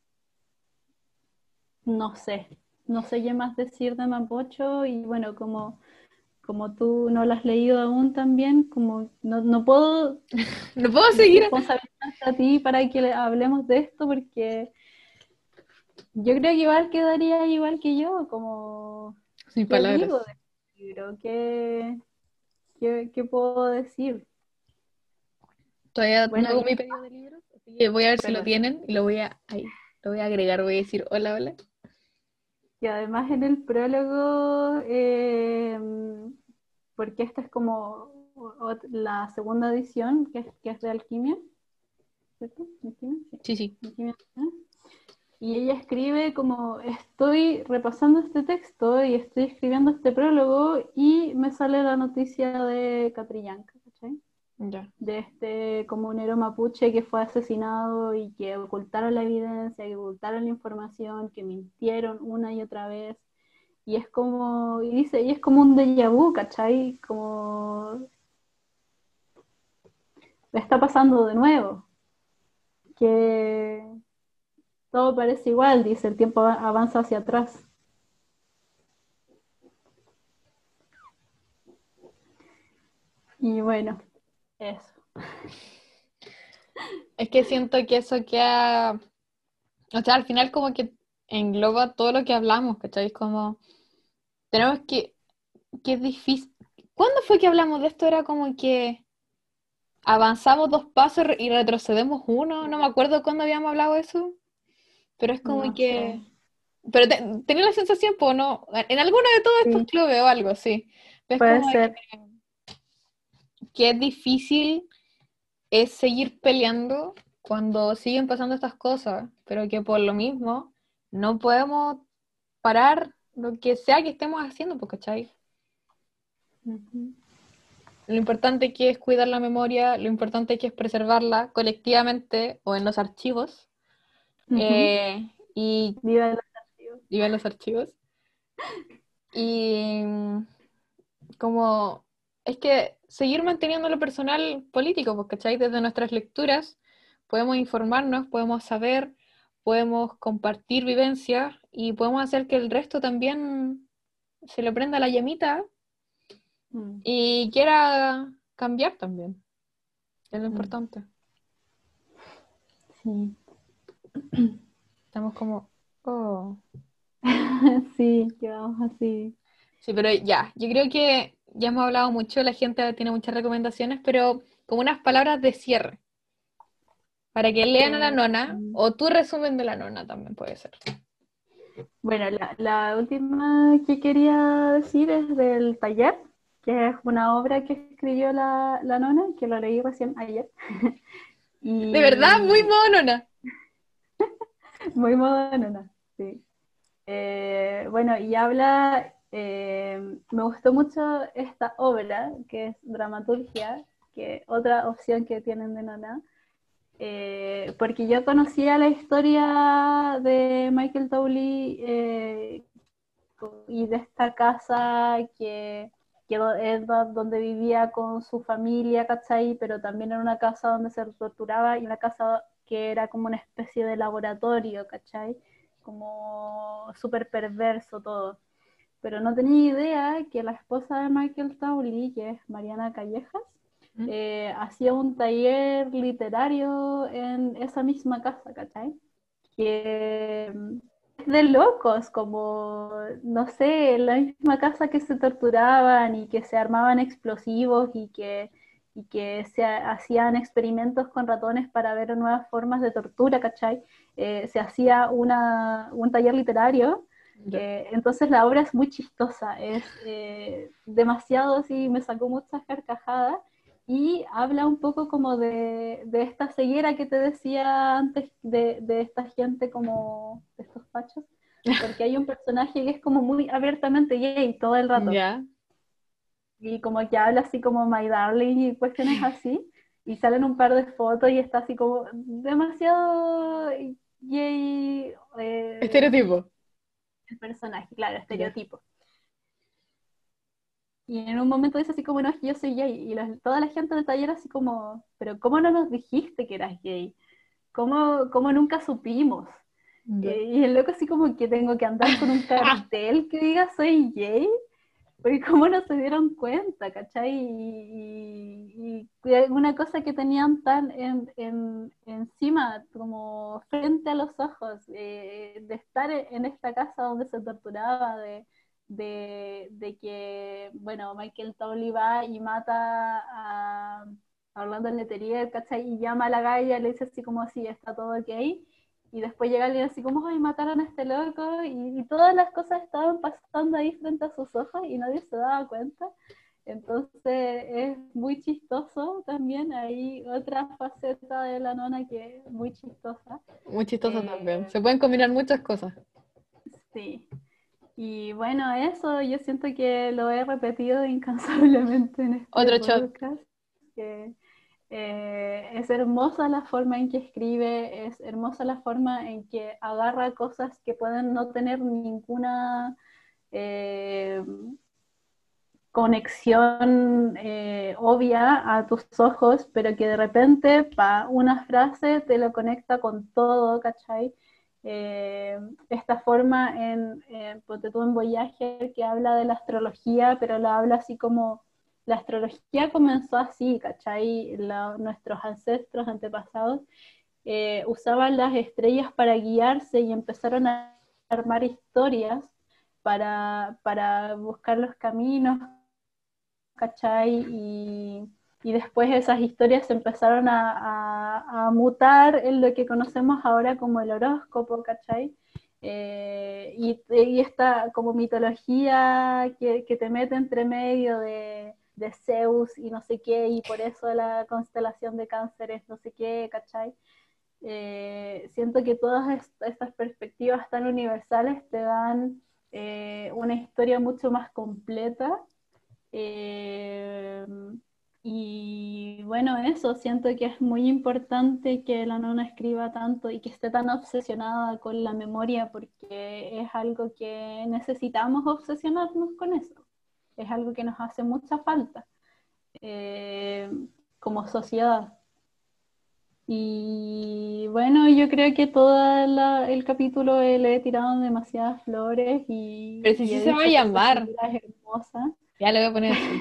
no sé, no sé qué más decir de Mapocho y bueno, como, como tú no lo has leído aún también, como no, no puedo No puedo seguir responsabilizarte a ti para que le- hablemos de esto porque yo creo que igual quedaría igual que yo, como, sin ¿qué palabras. digo de este libro? ¿Qué, qué, qué puedo decir? Todavía no Bueno, hago y, mi pedido de libros, así que voy a ver si lo perdón. tienen y lo voy a, ahí, lo voy a agregar, voy a decir hola, hola. Y además en el prólogo, eh, porque esta es como ot- la segunda edición, que es, que es de Alquimia, ¿cierto? ¿Alquimia? Sí. Sí, sí. Alquimia. Y ella escribe como estoy repasando este texto y estoy escribiendo este prólogo y me sale la noticia de Catrillanca, ¿cachai? Ya. De este comunero mapuche que fue asesinado y que ocultaron la evidencia, que ocultaron la información, que mintieron una y otra vez. Y es como, y dice, y es como un déjà vu, ¿cachai? Como le está pasando de nuevo, que todo parece igual, dice, el tiempo avanza hacia atrás. Y bueno, eso. Es que siento que eso queda, o sea, al final como que engloba todo lo que hablamos, ¿cachai? Como tenemos que, que es difícil. ¿Cuándo fue que hablamos de esto? Era como que avanzamos dos pasos y retrocedemos uno, no me acuerdo cuándo habíamos hablado de eso, pero es como No sé. que... Pero te- tenía la sensación, pues, ¿no? En alguno de todos estos Sí, clubes o algo, sí. Pero es puede como de que, ser. que es difícil es seguir peleando cuando siguen pasando estas cosas, pero que por lo mismo no podemos parar lo que sea que estemos haciendo, pues, ¿cachai? Ujú. Lo importante que es cuidar la memoria, lo importante que es preservarla colectivamente o en los archivos, Ujú. eh, y, Viva el archivo. y en los archivos. Y como es que seguir manteniendo lo personal político, pues, ¿cachai? Desde nuestras lecturas podemos informarnos, podemos saber, podemos compartir vivencias y podemos hacer que el resto también se le prenda la llamita Mm, y quiera cambiar también. Es lo mm. importante. Sí. Estamos como, oh. Sí, quedamos así. Sí, pero ya, yo creo que ya hemos hablado mucho, la gente tiene muchas recomendaciones, pero como unas palabras de cierre, para que lean a la Eh, nona, mm, o tu resumen de la nona también puede ser. bueno, la, la última que quería decir es del taller, que es una obra que escribió la, la nona, que lo leí recién ayer. De verdad, muy Y monona. muy moderna, sí. Eh, bueno, y habla Eh, me gustó mucho esta obra, que es dramaturgia, que otra opción que tienen de Nona, eh, porque yo conocía la historia de Michael Townley eh, y de esta casa que, que es donde vivía con su familia, ¿cachai? Pero también era una casa donde se torturaba y una casa que era como una especie de laboratorio, ¿cachai? Como súper perverso todo. Pero no tenía idea que la esposa de Michael Townley, que es Mariana Callejas, ¿Mm? eh, hacía un taller literario en esa misma casa, ¿cachai? Que es de locos, como, no sé, en la misma casa que se torturaban y que se armaban explosivos y que, y que se hacían experimentos con ratones para ver nuevas formas de tortura, ¿cachai? Eh, se hacía una, un taller literario. Ya. Eh, entonces la obra es muy chistosa, es eh, demasiado, sí, me sacó muchas carcajadas y habla un poco como de, de esta ceguera que te decía antes de, de esta gente como de estos fachos, porque hay un personaje que es como muy abiertamente gay todo el rato Ya. y como que habla así como my darling y cuestiones así y salen un par de fotos y está así como demasiado gay eh, Estereotipo. el personaje, claro, Ya. estereotipo. Y en un momento dice así como, no, es que yo soy gay. Y la- toda la gente del taller así como, pero ¿cómo no nos dijiste que eras gay? ¿Cómo, cómo nunca Ya. supimos? Eh, y el loco así como que tengo que andar con un cartel que diga soy gay. Porque cómo no se dieron cuenta, ¿cachai? Y, y, y una cosa que tenían tan en, en, encima, como frente a los ojos, eh, de estar en esta casa donde se torturaba, de, de, de que, bueno, Michael Townley va y mata a, a Orlando Letelier, ¿cachai? Y llama a la galla y le dice así como así, está todo ok. Y después llega alguien así como, ay, mataron a este loco, y, y todas las cosas estaban pasando ahí frente a sus ojos y nadie se daba cuenta. Entonces es muy chistoso también, hay otra faceta de la nona que es muy chistosa. Muy chistoso también. Eh, Se pueden combinar muchas cosas. sí, y bueno, eso yo siento que lo he repetido incansablemente en este Otro shot. podcast, que Eh, es hermosa la forma en que escribe, es hermosa la forma en que agarra cosas que pueden no tener ninguna eh, conexión eh, obvia a tus ojos, pero que de repente, pa, una frase te lo conecta con todo, ¿cachai? Eh, esta forma en, eh, ponte tú en Voyager, que habla de la astrología, pero lo habla así como la astrología comenzó así, ¿cachai? La, nuestros ancestros, antepasados, eh, usaban las estrellas para guiarse y empezaron a armar historias para, para buscar los caminos, ¿cachai? Y, y después esas historias se empezaron a, a, a, mutar en lo que conocemos ahora como el horóscopo, ¿cachai? Eh, y, y, esta como mitología que, que, te mete entre medio de, de Zeus y no sé qué, y por eso la constelación de Cáncer es no sé qué, ¿cachai? Eh, siento que todas est estas perspectivas tan universales te dan eh, una historia mucho más completa. Eh, y bueno, eso, siento que es muy importante que la nona escriba tanto y que esté tan obsesionada con la memoria porque es algo que necesitamos obsesionarnos con eso. Es algo que nos hace mucha falta eh, como sociedad. Y bueno, yo creo que todo la, el capítulo le he tirado demasiadas flores y, Pero si y sí he se va a dicho que esta llamar. figura es hermosa. Ya le voy a poner así.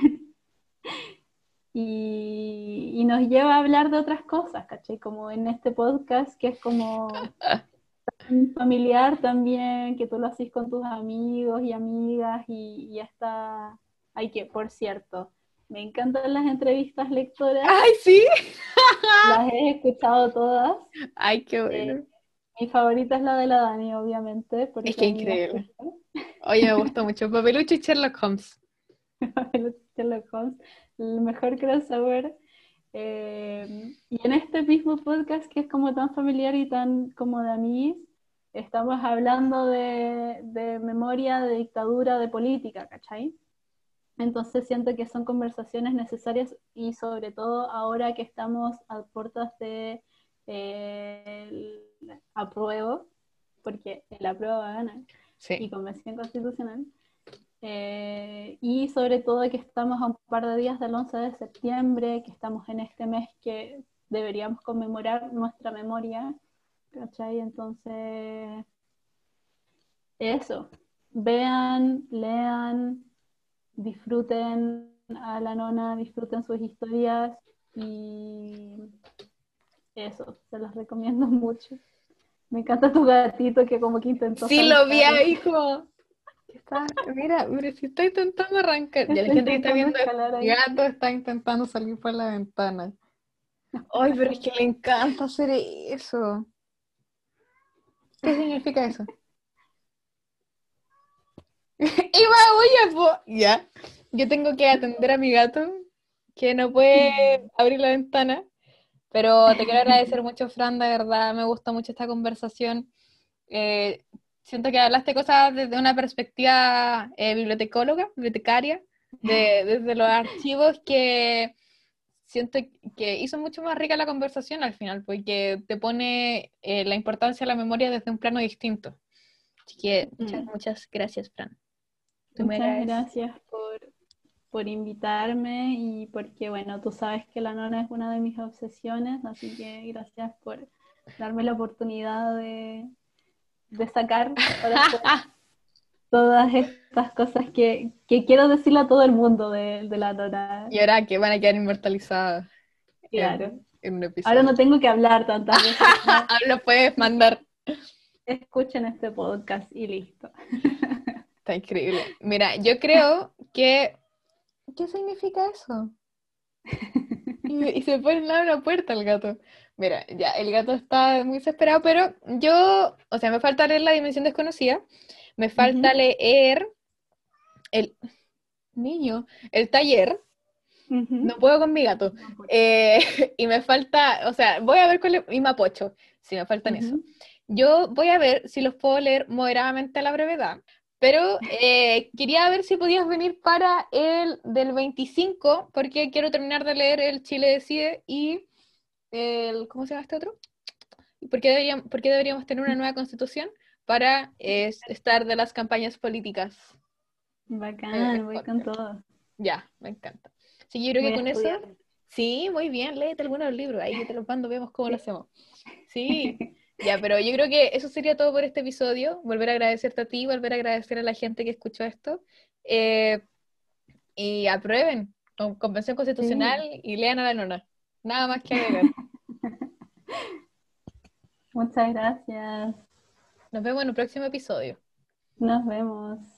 Y, y nos lleva a hablar de otras cosas, ¿cachai? Como en este podcast que es como un familiar también, que tú lo haces con tus amigos y amigas y, y hasta, hay que, por cierto, me encantan las entrevistas lectoras, ¡Ay, sí! las he escuchado todas. ¡Ay, qué Eh, bueno! mi favorita es la de la Dani, obviamente, Es porque que a mí me increíble. escucha. Oye, me gustó mucho. Papelucho y Sherlock Holmes. Sherlock Holmes, el mejor crossover. Eh, y en este mismo podcast que es como tan familiar y tan como de amigos, estamos hablando de, de memoria, de dictadura, de política, ¿cachai? Entonces siento que son conversaciones necesarias y sobre todo ahora que estamos a puertas de eh, el apruebo, porque el apruebo va a ganar, Sí. y convención constitucional, eh, y sobre todo que estamos a un par de días del once de septiembre, que estamos en este mes que deberíamos conmemorar nuestra memoria, ¿cachai? Entonces, eso, vean, lean, disfruten a la nona, disfruten sus historias y eso, se los recomiendo mucho. Me encanta tu gatito que como que intentó Sí, lo vi saltar. ahí como... Está, mira, mira, si está intentando arrancar. Ya la Está gente que está intentando viendo, escalar mi ahí. gato está intentando salir por la ventana. Ay, pero es que le encanta hacer eso. ¿Qué significa eso? Y va, oye, po. Ya. Yo tengo que atender a mi gato, que no puede abrir la ventana. Pero te quiero agradecer mucho, Fran, de verdad, me gusta mucho esta conversación. Eh, siento que hablaste cosas desde una perspectiva eh, bibliotecóloga, bibliotecaria, de, desde los archivos que siento que hizo mucho más rica la conversación al final, porque te pone eh, la importancia de la memoria desde un plano distinto. Así que muchas, Mm. muchas gracias, Fran. Estoy muy Muchas agradecida. gracias por, por invitarme y porque, bueno, tú sabes que la nona es una de mis obsesiones, así que gracias por darme la oportunidad de, de sacar para afuera todas estas cosas que, que quiero decirle a todo el mundo de, de la nona. Y ahora que van a quedar inmortalizadas Claro. en, en un Ahora episodio. no tengo que hablar tantas veces más. Ahora lo puedes mandar. Escuchen este podcast y listo. Está increíble. Mira, yo creo que... ¿Qué significa eso? Y, y se pone al lado de la puerta el gato. Mira, ya, el gato está muy desesperado, pero yo, o sea, me falta leer La Dimensión Desconocida, me falta Ujú, leer el niño, el taller, no ujú. puedo con mi gato. Eh, y me falta, o sea, voy a ver cuál es, y Mapocho, si me faltan eso. Ujú. Yo voy a ver si los puedo leer moderadamente a la brevedad, pero eh, quería ver si podías venir para el del veinticinco, porque quiero terminar de leer el Chile Decide y el, ¿cómo se llama este otro? ¿Y por qué deberíamos, por qué deberíamos tener una nueva constitución? Para eh, estar de las campañas políticas. Eh, el Bacán, voy con podcast. todo. Ya, me encanta. Sí, yo creo Voy que a con eso, estudiar. sí, muy bien, léete algunos libros, ahí yo te los mando, vemos cómo lo hacemos. Sí, ya, pero yo creo que eso sería todo por este episodio. Volver a agradecerte a ti, volver a agradecer a la gente que escuchó esto. Eh, y aprueben con Convención Constitucional Sí. y lean a la nona. Nada más que agregar. Muchas gracias. Nos vemos en un próximo episodio. Nos vemos.